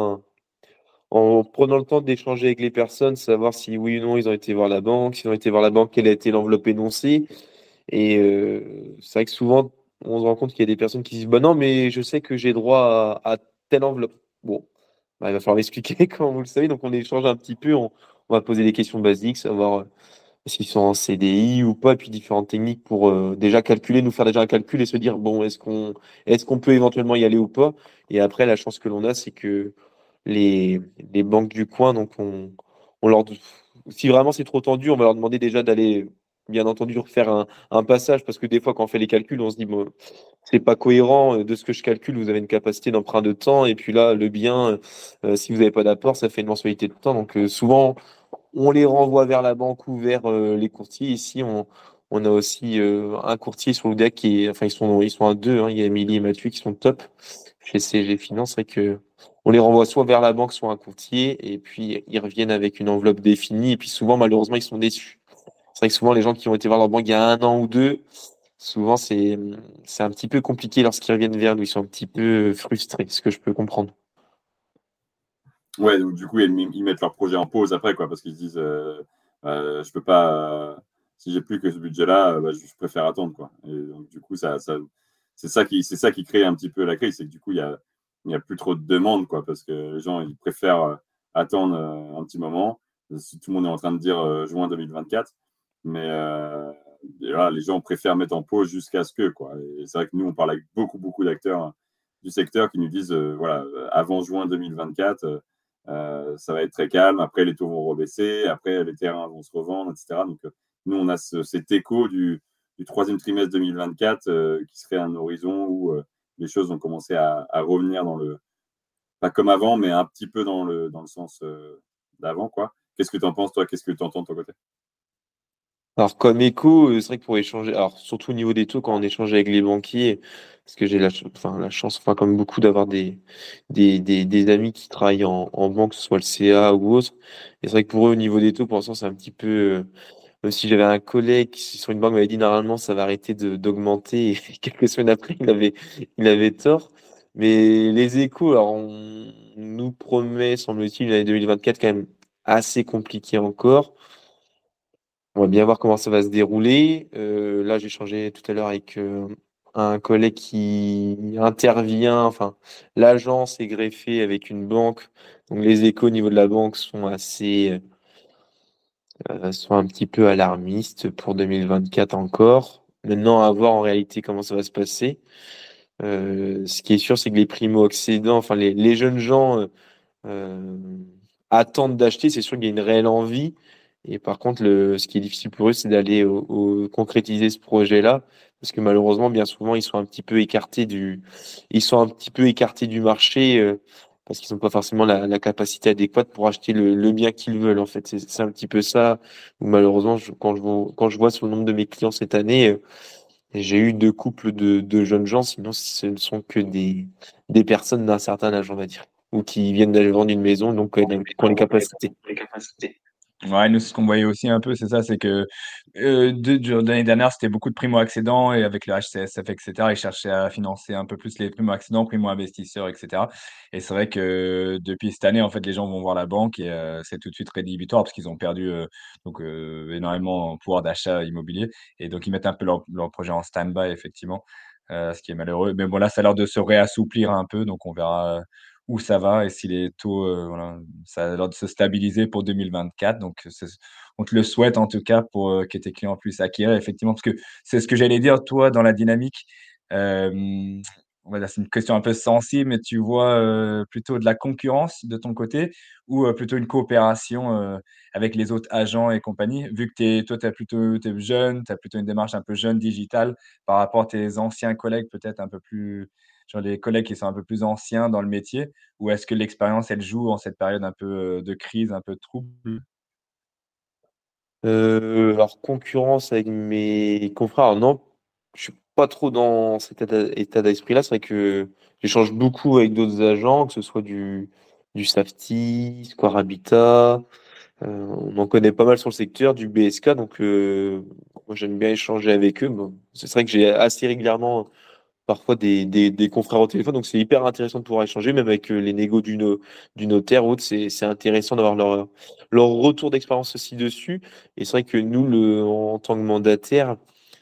[SPEAKER 2] en prenant le temps d'échanger avec les personnes, savoir si oui ou non ils ont été voir la banque, s'ils ont été voir la banque, quelle a été l'enveloppe énoncée. Et c'est vrai que souvent, on se rend compte qu'il y a des personnes qui disent, bah non, mais je sais que j'ai droit à telle enveloppe. Bon, bah, il va falloir m'expliquer comment vous le savez. Donc on échange un petit peu, on va poser des questions basiques, savoir s'ils sont en CDI ou pas, et puis différentes techniques pour déjà calculer, nous faire déjà un calcul et se dire, bon, est-ce qu'on peut éventuellement y aller ou pas? Et après, la chance que l'on a, c'est que les banques du coin, donc on leur, si vraiment c'est trop tendu, on va leur demander déjà d'aller, bien entendu, refaire un passage, parce que des fois, quand on fait les calculs, on se dit, bon, c'est pas cohérent de ce que je calcule, vous avez une capacité d'emprunt de temps, et puis là, le bien, si vous n'avez pas d'apport, ça fait une mensualité de temps. Donc souvent, on les renvoie vers la banque ou vers les courtiers. Ici, on a aussi un courtier sur le deck qui est, enfin, ils sont à deux, hein. Il y a Émilie et Mathieu qui sont top chez CG Finance. C'est vrai que on les renvoie soit vers la banque, soit un courtier, et puis ils reviennent avec une enveloppe définie. Et puis souvent, malheureusement, ils sont déçus. C'est vrai que souvent, les gens qui ont été voir leur banque il y a un an ou deux, souvent, c'est un petit peu compliqué lorsqu'ils reviennent vers nous. Ils sont un petit peu frustrés, ce que je peux comprendre.
[SPEAKER 1] Ouais, donc du coup, ils mettent leur projet en pause après, quoi, parce qu'ils se disent, je peux pas, si j'ai plus que ce budget-là, je préfère attendre, quoi. Et donc, du coup, c'est ça qui crée un petit peu la crise, c'est que du coup, il y a plus trop de demandes, quoi, parce que les gens, ils préfèrent attendre un petit moment. Si tout le monde est en train de dire juin 2024, mais et voilà, les gens préfèrent mettre en pause jusqu'à ce que, quoi. Et c'est vrai que nous, on parle avec beaucoup d'acteurs du secteur qui nous disent, voilà, avant juin 2024. Ça va être très calme. Après, les taux vont rebaisser. Après, les terrains vont se revendre, etc. Donc, nous, on a cet écho du troisième trimestre 2024 qui serait un horizon où les choses ont commencé à revenir pas comme avant, mais un petit peu dans le sens d'avant, quoi. Qu'est-ce que tu en penses, toi? Qu'est-ce que tu entends de ton côté?
[SPEAKER 2] Alors, comme écho, c'est vrai que pour échanger, alors surtout au niveau des taux, quand on échange avec les banquiers, parce que j'ai la chance, enfin, comme beaucoup, d'avoir des amis qui travaillent en banque, que ce soit le CA ou autre. Et c'est vrai que pour eux, au niveau des taux, pour l'instant, c'est un petit peu, même si j'avais un collègue qui, sur une banque, m'avait dit normalement, ça va arrêter d'augmenter, et quelques semaines après, il avait tort. Mais les échos, alors, on nous promet, semble-t-il, une année 2024 quand même assez compliquée encore. On va bien voir comment ça va se dérouler. Là, j'ai échangé tout à l'heure avec un collègue qui intervient. Enfin, l'agence est greffée avec une banque. Donc, les échos au niveau de la banque sont un petit peu alarmistes pour 2024 encore. Maintenant, à voir en réalité comment ça va se passer. Ce qui est sûr, c'est que les primo-accédants, enfin les jeunes gens euh, attendent d'acheter, c'est sûr qu'il y a une réelle envie. Et par contre, ce qui est difficile pour eux, c'est d'aller concrétiser ce projet-là, parce que malheureusement, bien souvent, ils sont un petit peu écartés du marché, parce qu'ils n'ont pas forcément la capacité adéquate pour acheter le bien qu'ils veulent. En fait, c'est un petit peu ça. Où malheureusement, quand je vois sur le nombre de mes clients cette année, j'ai eu deux couples de jeunes gens, sinon ce ne sont que des personnes d'un certain âge, on va dire, ou qui viennent d'aller vendre une maison, donc qui ont les capacités.
[SPEAKER 3] Ouais, nous, ce qu'on voyait aussi un peu, c'est ça, c'est que l'année dernière, c'était beaucoup de primo-accédants et avec le HCSF, etc., ils cherchaient à financer un peu plus les primo-accédants, primo-investisseurs, etc. Et c'est vrai que depuis cette année, en fait, les gens vont voir la banque et c'est tout de suite rédhibitoire parce qu'ils ont perdu énormément en pouvoir d'achat immobilier. Et donc, ils mettent un peu leur projet en stand-by, effectivement, ce qui est malheureux. Mais bon, là, ça a l'air de se réassouplir un peu, donc on verra où ça va et si les taux, voilà, ça a l'air de se stabiliser pour 2024. Donc, on te le souhaite en tout cas pour que tes clients puissent acquérir, effectivement, parce que c'est ce que j'allais dire, toi, dans la dynamique. euh, voilà, c'est une question un peu sensible, mais tu vois plutôt de la concurrence de ton côté ou plutôt une coopération avec les autres agents et compagnie, vu que toi, t'es jeune, tu as plutôt une démarche un peu jeune, digitale, par rapport à tes anciens collègues, peut-être un peu plus, genre les collègues qui sont un peu plus anciens dans le métier, ou est-ce que l'expérience, elle joue en cette période un peu de crise, un peu de trouble?
[SPEAKER 2] Alors, concurrence avec mes confrères, alors non, je suis pas trop dans cet état d'esprit-là. C'est vrai que j'échange beaucoup avec d'autres agents, que ce soit du Safety, Square Habitat. On en connaît pas mal sur le secteur, du BSK, donc moi j'aime bien échanger avec eux. Bon, c'est vrai que j'ai assez régulièrement parfois des confrères au téléphone, donc c'est hyper intéressant de pouvoir échanger, même avec les négos du notaire ou autre, c'est intéressant d'avoir leur retour d'expérience aussi dessus. Et c'est vrai que nous, en tant que mandataire,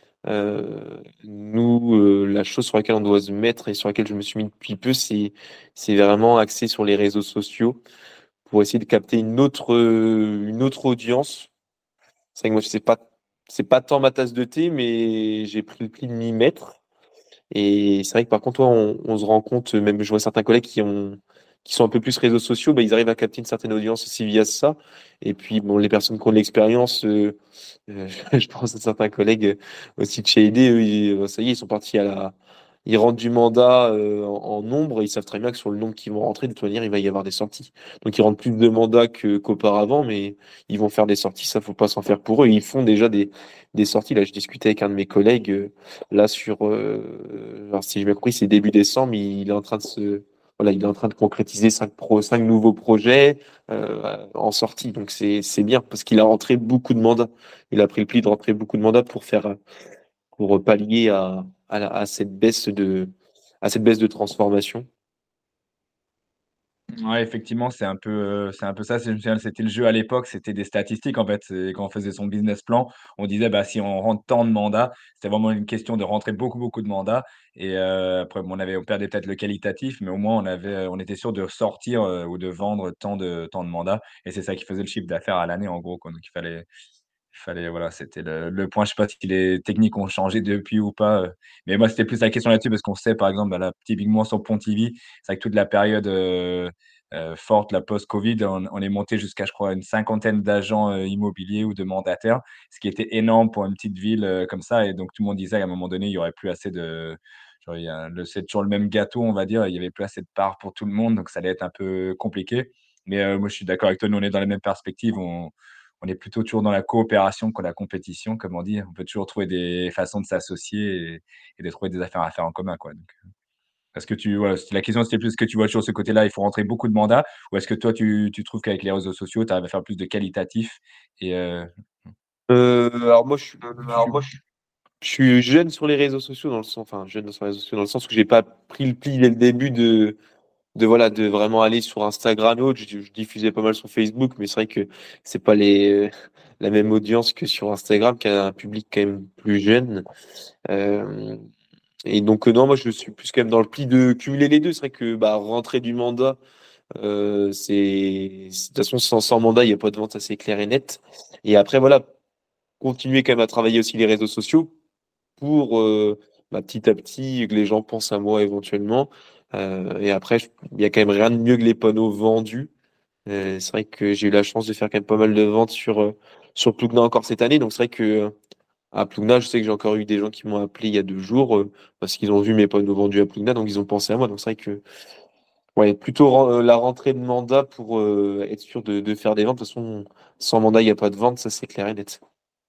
[SPEAKER 2] nous, la chose sur laquelle on doit se mettre et sur laquelle je me suis mis depuis peu, c'est vraiment axé sur les réseaux sociaux pour essayer de capter une autre audience. C'est vrai que moi, c'est pas tant ma tasse de thé, mais j'ai pris le pli de m'y mettre. Et c'est vrai que par contre, toi, on se rend compte, même je vois certains collègues qui sont un peu plus réseaux sociaux, bah, ils arrivent à capter une certaine audience aussi via ça. Et puis, bon, les personnes qui ont de l'expérience, je pense à certains collègues aussi de chez ED, eux, ça y est, ils sont partis ils rentrent du mandat en nombre, ils savent très bien que sur le nombre qui vont rentrer, de toute manière, il va y avoir des sorties. Donc, ils rentrent plus de mandats qu'auparavant, mais ils vont faire des sorties, ça, faut pas s'en faire pour eux. Ils font déjà des sorties. Là, je discutais avec un de mes collègues. Là, alors, si j'ai bien compris, c'est début décembre, il est en train de voilà, il est en train de concrétiser cinq nouveaux projets en sortie. Donc, c'est bien parce qu'il a rentré beaucoup de mandats. Il a pris le pli de rentrer beaucoup de mandats pour pallier à à cette baisse de transformation.
[SPEAKER 3] Ouais, effectivement, c'est un peu ça. Je me souviens, c'était le jeu à l'époque, c'était des statistiques en fait. C'est quand on faisait son business plan, on disait bah si on rentre tant de mandats, c'était vraiment une question de rentrer beaucoup de mandats. Et après, bon, on perdait peut-être le qualitatif, mais au moins on était sûr de sortir ou de vendre tant de mandats. Et c'est ça qui faisait le chiffre d'affaires à l'année en gros, quoi. Donc il fallait, voilà, c'était le point. Je sais pas si les techniques ont changé depuis ou pas. Mais moi, c'était plus la question là-dessus parce qu'on sait, par exemple, bah, là, typiquement sur Pontivy, c'est vrai que toute la période forte, la post-Covid, on est monté jusqu'à, je crois, une cinquantaine d'agents immobiliers ou de mandataires, ce qui était énorme pour une petite ville comme ça. Et donc, tout le monde disait qu'à un moment donné, il y aurait plus assez de. Genre, c'est toujours le même gâteau, on va dire. Il y avait plus assez de parts pour tout le monde, donc ça allait être un peu compliqué. Mais moi, je suis d'accord avec toi. Nous, on est dans les mêmes perspectives. On est plutôt toujours dans la coopération que la compétition, comme on dit. On peut toujours trouver des façons de s'associer et de trouver des affaires à faire en commun, quoi. Donc, est-ce que voilà, la question c'était plus, est-ce que tu vois toujours ce côté-là, il faut rentrer beaucoup de mandats, ou est-ce que toi, tu trouves qu'avec les réseaux sociaux, tu arrives à faire plus de qualitatif et
[SPEAKER 2] Alors moi, je suis jeune sur les réseaux sociaux dans le sens, enfin jeune sur les réseaux sociaux dans le sens où j'ai pas pris le pli dès le début voilà, de vraiment aller sur Instagram et autres. Je diffusais pas mal sur Facebook, mais c'est vrai que c'est pas la même audience que sur Instagram, qui a un public quand même plus jeune. Euh, et donc non, moi je suis plus quand même dans le pli de cumuler les deux. C'est vrai que bah rentrer du mandat, de toute façon sans mandat, il n'y a pas de vente, ça c'est clair et net. Et après voilà, continuer quand même à travailler aussi les réseaux sociaux pour petit à petit que les gens pensent à moi éventuellement. Et après, il y a quand même rien de mieux que les panneaux vendus. C'est vrai que j'ai eu la chance de faire quand même pas mal de ventes sur Plugna encore cette année. Donc c'est vrai que à Plugna, je sais que j'ai encore eu des gens qui m'ont appelé il y a 2 jours parce qu'ils ont vu mes panneaux vendus à Plugna, donc ils ont pensé à moi. Donc c'est vrai que ouais, plutôt la rentrée de mandat pour être sûr de faire des ventes. De toute façon, sans mandat, il n'y a pas de vente, ça c'est clair et net.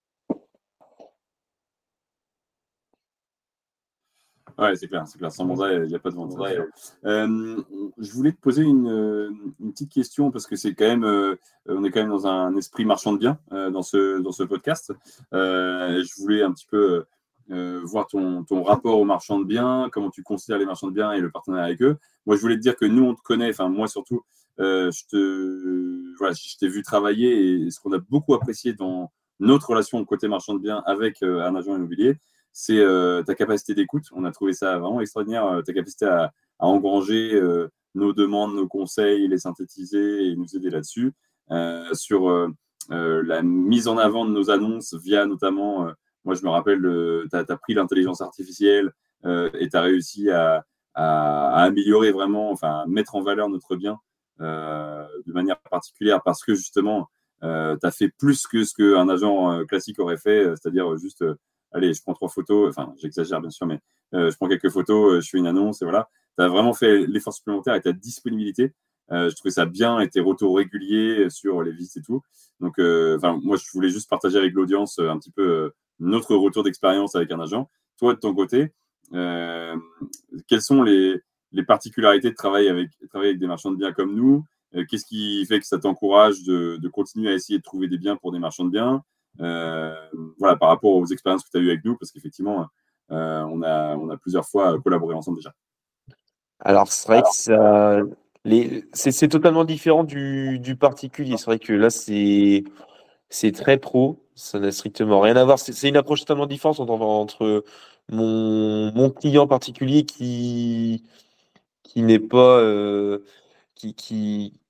[SPEAKER 1] Ouais, c'est clair, c'est clair. Sans mandat, il n'y a pas de vente. Ça, c'est sûr. Je voulais te poser une petite question parce que c'est quand même, on est quand même dans un esprit marchand de biens dans ce podcast. Je voulais un petit peu voir ton rapport aux marchands de biens, comment tu considères les marchands de biens et le partenariat avec eux. Moi, je voulais te dire que nous, on te connaît, enfin, moi surtout, voilà, je t'ai vu travailler et ce qu'on a beaucoup apprécié dans notre relation côté marchand de biens avec un agent immobilier, c'est ta capacité d'écoute. On a trouvé ça vraiment extraordinaire, ta capacité à engranger nos demandes, nos conseils, les synthétiser et nous aider là-dessus. Sur la mise en avant de nos annonces via notamment, moi je me rappelle, tu as pris l'intelligence artificielle et tu as réussi à améliorer vraiment, enfin, à mettre en valeur notre bien de manière particulière parce que justement, tu as fait plus que ce qu'un agent classique aurait fait, c'est-à-dire juste allez, je prends 3 photos, enfin, j'exagère bien sûr, mais je prends quelques photos, je fais une annonce et voilà. Tu as vraiment fait l'effort supplémentaire et ta disponibilité. Je trouvais ça bien et tes retours réguliers sur les visites et tout. Donc, moi, je voulais juste partager avec l'audience un petit peu notre retour d'expérience avec un agent. Toi, de ton côté, euh, quelles sont les particularités de travailler avec des marchands de biens comme nous? Qu'est-ce qui fait que ça t'encourage de continuer à essayer de trouver des biens pour des marchands de biens? Euh, voilà, par rapport aux expériences que tu as eues avec nous, parce qu'effectivement, on a plusieurs fois collaboré ensemble déjà.
[SPEAKER 2] Alors, c'est vrai que c'est totalement différent du particulier. C'est vrai que là, c'est très pro. Ça n'a strictement rien à voir. C'est une approche totalement différente entre mon client particulier qui n'est pas, qui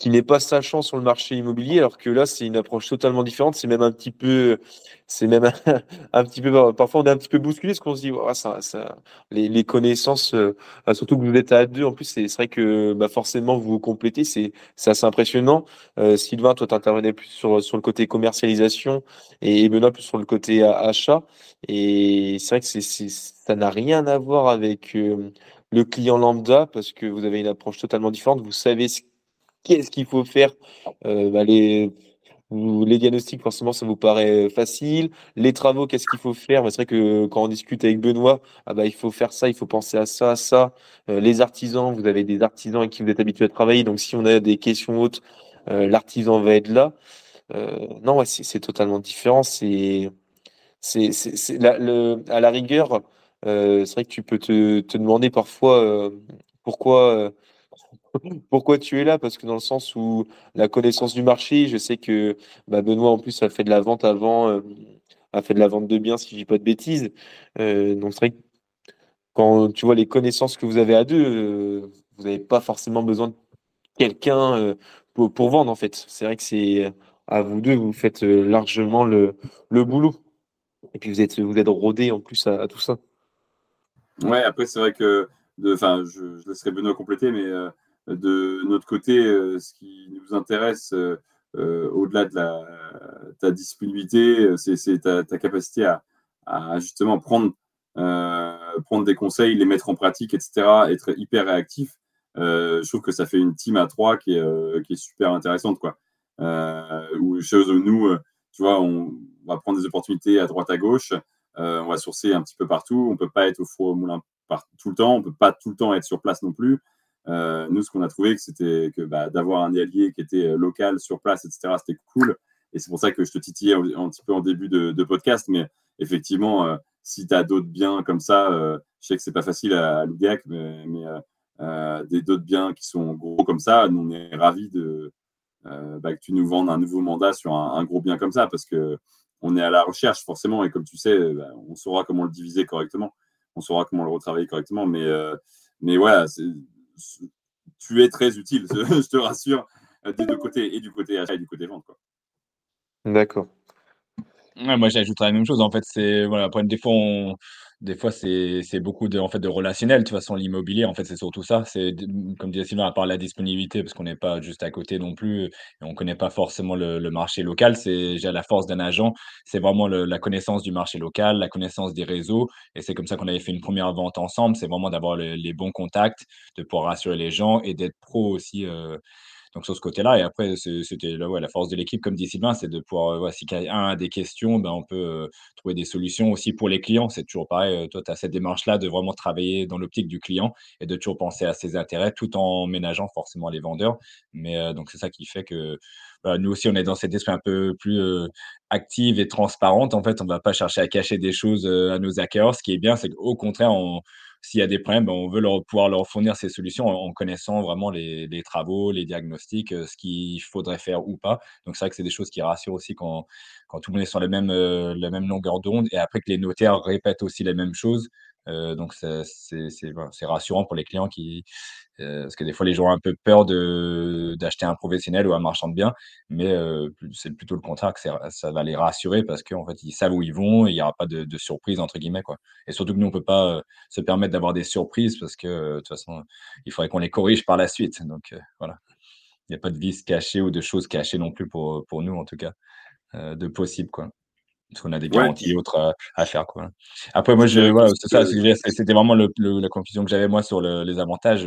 [SPEAKER 2] qui n'est pas sachant sur le marché immobilier, alors que là, c'est une approche totalement différente. C'est même un petit peu, parfois on est un petit peu bousculé parce qu'on se dit, ouais, les connaissances, surtout que vous êtes à deux, en plus, c'est vrai que bah, forcément vous vous complétez, c'est assez impressionnant. Sylvain, toi, tu intervenais plus sur le côté commercialisation et Benoît plus sur le côté achat. Et c'est vrai que ça n'a rien à voir avec le client lambda parce que vous avez une approche totalement différente. Vous savez qu'est-ce qu'il faut faire. Bah, les diagnostics, forcément, ça vous paraît facile. Les travaux, qu'est-ce qu'il faut faire? Bah, c'est vrai que quand on discute avec Benoît, ah bah, il faut faire ça, il faut penser à ça, à ça. Les artisans, vous avez des artisans avec qui vous êtes habitué à travailler. Donc, si on a des questions hautes, l'artisan va être là. Non, ouais, c'est totalement différent. À la rigueur, c'est vrai que tu peux te demander parfois pourquoi, pourquoi tu es là, parce que dans le sens où la connaissance du marché, je sais que bah, Benoît en plus a fait de la vente avant, a fait de la vente de biens, si je dis pas de bêtises. Donc c'est vrai que quand tu vois les connaissances que vous avez à deux, vous n'avez pas forcément besoin de quelqu'un pour vendre en fait. C'est vrai que c'est à vous deux, vous faites largement le boulot. Et puis vous êtes rodés en plus à tout ça.
[SPEAKER 1] Ouais, après, c'est vrai que, enfin, je laisserai Benoît compléter, mais de notre côté, ce qui nous intéresse, au-delà de ta disponibilité, c'est ta capacité à justement prendre des conseils, les mettre en pratique, etc., être hyper réactif. Je trouve que ça fait une team à trois qui est super intéressante, quoi. Chose où nous, tu vois, on va prendre des opportunités à droite à gauche. On va sourcer un petit peu partout. On peut pas être au four au moulin tout le temps. On peut pas tout le temps être sur place non plus. Nous, ce qu'on a trouvé, c'était que bah, d'avoir un allié qui était local, sur place, etc., c'était cool. Et c'est pour ça que je te titillais un petit peu en début de podcast. Mais effectivement, si tu as d'autres biens comme ça, je sais que c'est pas facile à l'UDEAC, mais d'autres biens qui sont gros comme ça, nous, on est ravis que tu nous vendes un nouveau mandat sur un gros bien comme ça, parce que on est à la recherche forcément, et comme tu sais, on saura comment le diviser correctement, on saura comment le retravailler correctement, mais voilà, tu es très utile, je te rassure, des deux côtés, et du côté achat et du côté vente, quoi.
[SPEAKER 2] D'accord.
[SPEAKER 3] Ouais, moi, j'ajouterais la même chose. En fait, c'est voilà, après des fois c'est beaucoup de en fait de relationnel. De toute façon, l'immobilier, en fait, c'est surtout ça. Comme disait Sylvain, à part la disponibilité, parce qu'on n'est pas juste à côté non plus, et on connaît pas forcément le marché local. C'est j'ai la force d'un agent, c'est vraiment la connaissance du marché local, la connaissance des réseaux. Et c'est comme ça qu'on avait fait une première vente ensemble. C'est vraiment d'avoir les bons contacts, de pouvoir rassurer les gens et d'être pro aussi. Donc sur ce côté-là, et après, c'était ouais, la force de l'équipe, comme dit Sylvain, c'est de pouvoir, ouais, si quelqu'un a des questions, ben, on peut trouver des solutions aussi pour les clients. C'est toujours pareil, toi, tu as cette démarche-là de vraiment travailler dans l'optique du client et de toujours penser à ses intérêts tout en ménageant forcément les vendeurs. Mais donc c'est ça qui fait que voilà, nous aussi, on est dans cet esprit un peu plus active et transparente. En fait, on ne va pas chercher à cacher des choses à nos acquéreurs. Ce qui est bien, c'est qu'au contraire, s'il y a des problèmes, ben, on veut pouvoir leur fournir ces solutions en connaissant vraiment les travaux, les diagnostics, ce qu'il faudrait faire ou pas. Donc c'est vrai que c'est des choses qui rassurent aussi quand tout le monde est sur la même longueur d'onde, et après que les notaires répètent aussi les mêmes choses. Donc voilà, c'est rassurant pour les clients parce que des fois les gens ont un peu peur d'acheter un professionnel ou un marchand de biens, mais c'est plutôt le contraire, que ça va les rassurer parce qu'en fait ils savent où ils vont et il n'y aura pas de surprise entre guillemets, quoi. Et surtout que nous on peut pas se permettre d'avoir des surprises parce que de toute façon il faudrait qu'on les corrige par la suite. Donc voilà, il n'y a pas de vices cachés ou de choses cachées non plus pour nous en tout cas, de possible, quoi. Parce qu'on a des
[SPEAKER 1] Ouais,
[SPEAKER 3] garanties et autres à faire, quoi. Après moi
[SPEAKER 1] je dirais
[SPEAKER 3] voilà,
[SPEAKER 1] aussi
[SPEAKER 3] c'est ça,
[SPEAKER 1] que
[SPEAKER 3] c'était vraiment la conclusion que j'avais moi sur les avantages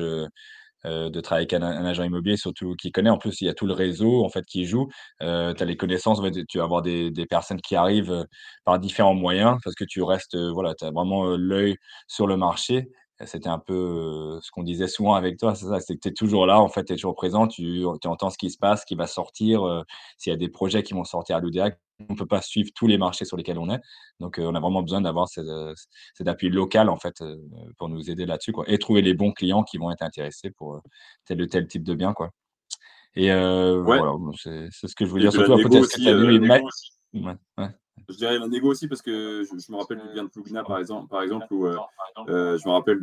[SPEAKER 3] de travailler avec un agent immobilier, surtout qui connaît. En plus, il y a tout le réseau en fait qui joue. Tu as les connaissances, en fait, tu vas avoir des personnes qui arrivent par différents moyens parce que tu restes, voilà, tu as vraiment l'œil sur le marché. C'était un peu ce qu'on disait souvent avec toi, c'est ça, c'est que tu es toujours là, en fait, tu es toujours présent, tu entends ce qui se passe, ce qui va sortir, s'il y a des projets qui vont sortir à l'UDEAC. On ne peut pas suivre tous les marchés sur lesquels on est. Donc, on a vraiment besoin d'avoir cet appui local, en fait, pour nous aider là-dessus, quoi, et trouver les bons clients qui vont être intéressés pour tel ou tel type de bien, quoi. Et
[SPEAKER 1] ouais,
[SPEAKER 3] voilà, bon, c'est ce que je voulais
[SPEAKER 1] et
[SPEAKER 3] dire.
[SPEAKER 1] puis la
[SPEAKER 3] Surtout après,
[SPEAKER 1] négo
[SPEAKER 3] est-ce que tu
[SPEAKER 1] aussi,
[SPEAKER 3] as vu ouais, ouais.
[SPEAKER 1] Je dirais la négo aussi parce que je me rappelle du gain de Plugna par exemple où je me rappelle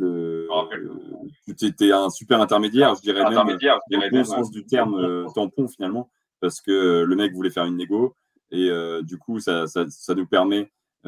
[SPEAKER 1] tu étais un super intermédiaire, je dirais même dans le bon sens du terme tampon finalement, parce que le mec voulait faire une négo et du coup ça nous permet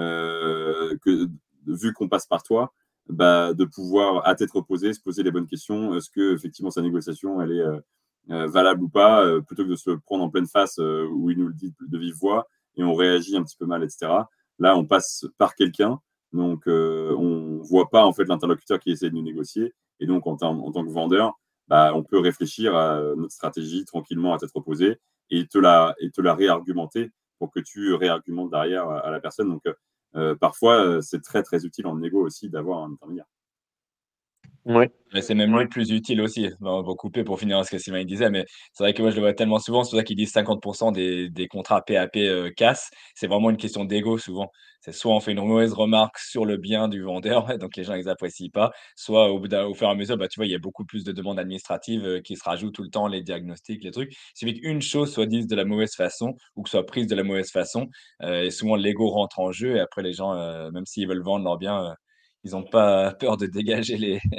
[SPEAKER 1] que vu qu'on passe par toi, bah, de pouvoir à tête reposée se poser les bonnes questions. Est-ce que effectivement sa négociation elle est valable ou pas, plutôt que de se le prendre en pleine face où il nous le dit de vive voix et on réagit un petit peu mal, etc. Là, on passe par quelqu'un, donc on voit pas en fait l'interlocuteur qui essaie de nous négocier, et donc en tant que vendeur, bah, on peut réfléchir à notre stratégie tranquillement à tête reposée et te la réargumenter pour que tu réargumentes derrière à la personne. Donc parfois, c'est très très utile en négo aussi d'avoir un intermédiaire.
[SPEAKER 2] Ouais.
[SPEAKER 3] Mais c'est même lui plus utile aussi. Bon, on va couper pour finir ce que Sylvain il disait, mais c'est vrai que moi je le vois tellement souvent, c'est pour ça qu'ils disent 50% des contrats PAP cassent. C'est vraiment une question d'ego souvent. C'est soit on fait une mauvaise remarque sur le bien du vendeur, donc les gens ils apprécient pas, soit au fur et à mesure, bah, tu vois, il y a beaucoup plus de demandes administratives qui se rajoutent tout le temps, les diagnostics, les trucs. Il suffit qu'une chose soit dite de la mauvaise façon ou que soit prise de la mauvaise façon, et souvent l'ego rentre en jeu et après les gens, même s'ils veulent vendre leur bien, ils n'ont pas peur de dégager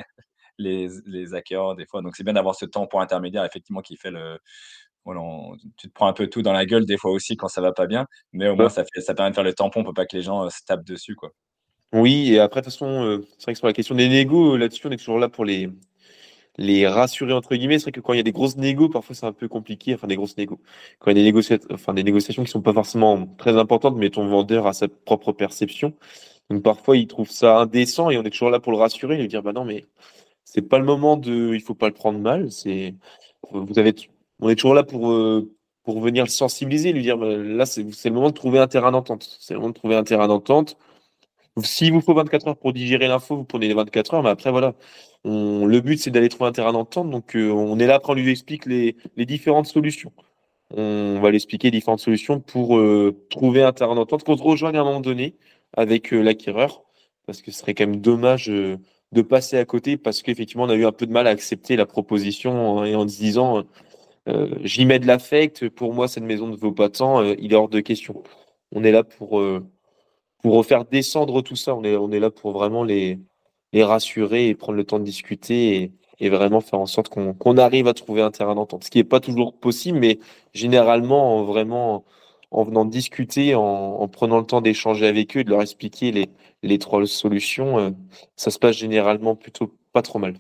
[SPEAKER 3] les hackers des fois. Donc c'est bien d'avoir ce tampon intermédiaire effectivement qui fait le voilà, tu te prends un peu tout dans la gueule des fois aussi quand ça va pas bien, mais au moins
[SPEAKER 2] Bah,
[SPEAKER 3] ça permet de faire le tampon pour pas que les gens se tapent dessus quoi.
[SPEAKER 2] oui, et après, de toute façon, c'est vrai que sur la question des négos, là-dessus, on est toujours là pour les rassurer, entre guillemets. C'est vrai que quand il y a des grosses négos, parfois c'est un peu compliqué. Enfin, des grosses négos. Quand il y a des négociations qui sont pas forcément très importantes, mais ton vendeur a sa propre perception. Donc parfois, il trouve ça indécent et on est toujours là pour le rassurer, lui dire, bah non, mais c'est pas le moment il faut pas le prendre mal. Vous avez, on est toujours là pour venir le sensibiliser, lui dire, bah, là, c'est le moment de trouver un terrain d'entente. C'est le moment de trouver un terrain d'entente. S'il vous faut 24 heures pour digérer l'info, vous prenez les 24 heures, mais après, voilà. Le but, c'est d'aller trouver un terrain d'entente. Donc, on est là, après, on lui explique les différentes solutions. On va lui expliquer les différentes solutions pour trouver un terrain d'entente, qu'on se rejoigne à un moment donné avec l'acquéreur, parce que ce serait quand même dommage de passer à côté, parce qu'effectivement, on a eu un peu de mal à accepter la proposition et en se disant, j'y mets de l'affect, pour moi, cette maison ne vaut pas tant, il est hors de question. On est là pour faire descendre tout ça. On est là pour vraiment les rassurer et prendre le temps de discuter et vraiment faire en sorte qu'on arrive à trouver un terrain d'entente. Ce qui n'est pas toujours possible, mais généralement, vraiment, en venant discuter, en prenant le temps d'échanger avec eux et de leur expliquer les trois solutions, ça se passe généralement plutôt pas trop mal.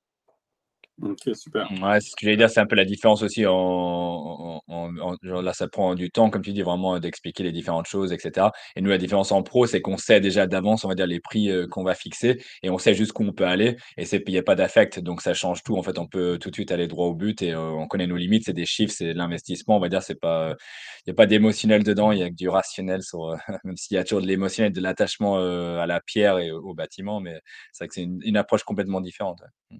[SPEAKER 1] Ok, super.
[SPEAKER 3] Ouais, c'est ce que j'allais dire, c'est un peu la différence aussi genre là, ça prend du temps, comme tu dis, vraiment d'expliquer les différentes choses, etc. Et nous, la différence en pro, c'est qu'on sait déjà d'avance, on va dire, les prix qu'on va fixer et on sait jusqu'où on peut aller. Et il n'y a pas d'affect, donc ça change tout. En fait, on peut tout de suite aller droit au but et on connaît nos limites, c'est des chiffres, c'est de l'investissement, on va dire, c'est pas, il n'y a pas d'émotionnel dedans, il y a que du rationnel sur, même s'il y a toujours de l'émotionnel, de l'attachement à la pierre et au bâtiment, mais c'est vrai que c'est une approche complètement différente. Ouais.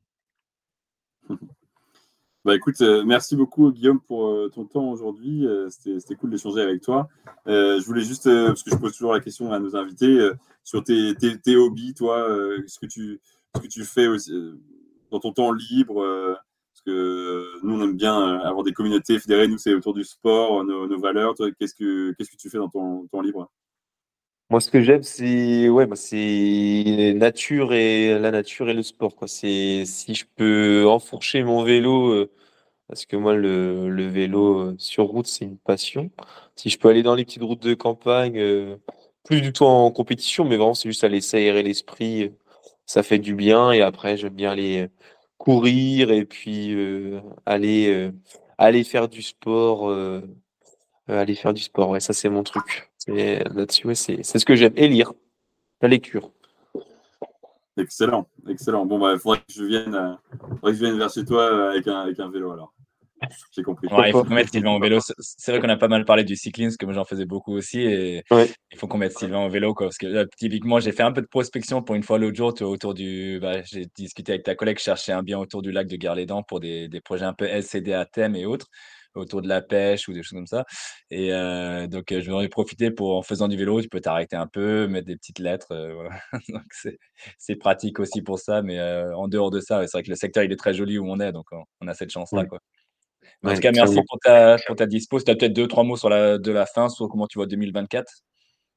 [SPEAKER 1] Bah écoute, merci beaucoup Guillaume pour ton temps aujourd'hui. C'était cool d'échanger avec toi. Je voulais juste, parce que je pose toujours la question à nos invités, sur tes hobbies, toi, ce que tu fais aussi, dans ton temps libre. Parce que nous, on aime bien avoir des communautés fédérées. Nous, c'est autour du sport, nos valeurs. Toi, qu'est-ce que tu fais dans ton temps libre?
[SPEAKER 2] Moi, ce que j'aime, c'est ouais, bah, c'est la nature et le sport, quoi. C'est si je peux enfourcher mon vélo. Parce que moi, le vélo sur route, c'est une passion. Si je peux aller dans les petites routes de campagne, plus du tout en compétition, mais vraiment, c'est juste aller s'aérer l'esprit, ça fait du bien. Et après, j'aime bien aller courir et puis aller faire du sport. Aller faire du sport, ouais, ça, c'est mon truc. Là-dessus, ouais, c'est ce que j'aime. Et lire, la lecture.
[SPEAKER 1] Excellent, excellent. Bon, bah, il faudrait que je vienne vers chez toi avec un vélo alors. J'ai compris.
[SPEAKER 3] Ouais, il
[SPEAKER 2] Pourquoi
[SPEAKER 3] faut qu'on mette Sylvain au vélo. C'est vrai qu'on a pas mal parlé du cyclisme, comme j'en faisais beaucoup aussi, et
[SPEAKER 2] pas? Ouais.
[SPEAKER 3] il faut qu'on mette Sylvain au vélo, quoi. Parce que là, typiquement, j'ai fait un peu de prospection pour une fois l'autre jour, tu vois, j'ai discuté avec ta collègue, je cherchais un bien autour du lac de Gare-les-Dents pour des projets un peu LCD à thème et autres, autour de la pêche ou des choses comme ça. Et donc, je vais en profiter en faisant du vélo, tu peux t'arrêter un peu, mettre des petites lettres, voilà. Donc, c'est pratique aussi pour ça, mais en dehors de ça, ouais, c'est vrai que le secteur, il est très joli où on est, donc on a cette chance-là,
[SPEAKER 2] Ouais,
[SPEAKER 3] quoi. Mais en tout
[SPEAKER 2] ouais,
[SPEAKER 3] cas, merci
[SPEAKER 2] clairement.
[SPEAKER 3] pour ta dispo. Si tu as peut-être deux, trois mots de la fin sur comment tu vois 2024.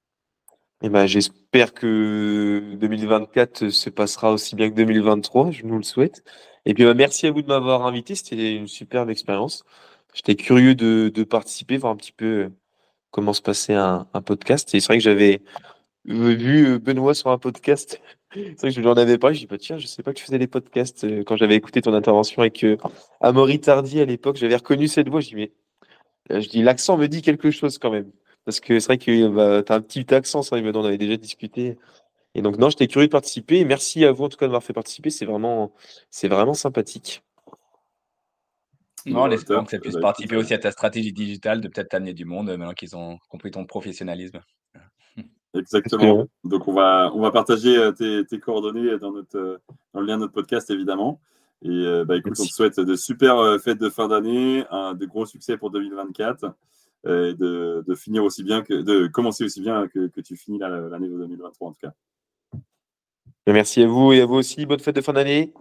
[SPEAKER 2] Et ben, j'espère que 2024 se passera aussi bien que 2023, je nous le souhaite. Et puis, merci à vous de m'avoir invité, c'était une superbe expérience. J'étais curieux de participer, voir un petit peu comment se passait un podcast. Et c'est vrai que j'avais vu Benoît sur un podcast. C'est vrai que je lui en avais parlé. Je dis, bah, tiens, je sais pas que tu faisais des podcasts. Quand j'avais écouté ton intervention avec Amaury Tardy à l'époque, j'avais reconnu cette voix. Je dis, l'accent me dit quelque chose quand même. Parce que c'est vrai que bah, tu as un petit accent, ça, on avait déjà discuté. Et donc, non, j'étais curieux de participer. Merci à vous, en tout cas, de m'avoir fait participer. C'est vraiment sympathique.
[SPEAKER 3] Non, en
[SPEAKER 1] Bon,
[SPEAKER 3] espérant
[SPEAKER 1] top.
[SPEAKER 3] que ça puisse
[SPEAKER 1] Bah, écoute,
[SPEAKER 3] participer aussi à ta stratégie digitale de peut-être t'amener du monde maintenant qu'ils ont compris ton professionnalisme.
[SPEAKER 1] exactement.
[SPEAKER 2] Espérons.
[SPEAKER 1] Donc, on va partager tes coordonnées dans le lien de notre podcast, évidemment. Et bah, écoute, on te
[SPEAKER 2] Merci.
[SPEAKER 1] souhaite de super fêtes de fin d'année, de gros succès pour 2024, et de finir aussi bien de commencer aussi bien que tu finis l'année de 2023, en tout cas.
[SPEAKER 2] Merci à vous et à vous aussi. Bonne fête de fin d'année.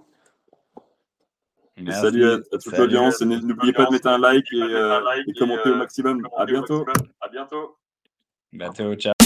[SPEAKER 1] Et salut
[SPEAKER 3] Merci.
[SPEAKER 1] à toute
[SPEAKER 3] Salut.
[SPEAKER 1] l'audience. Et n'oubliez pas de mettre un like et commenter au maximum. À bientôt.
[SPEAKER 3] Bientôt. Ciao.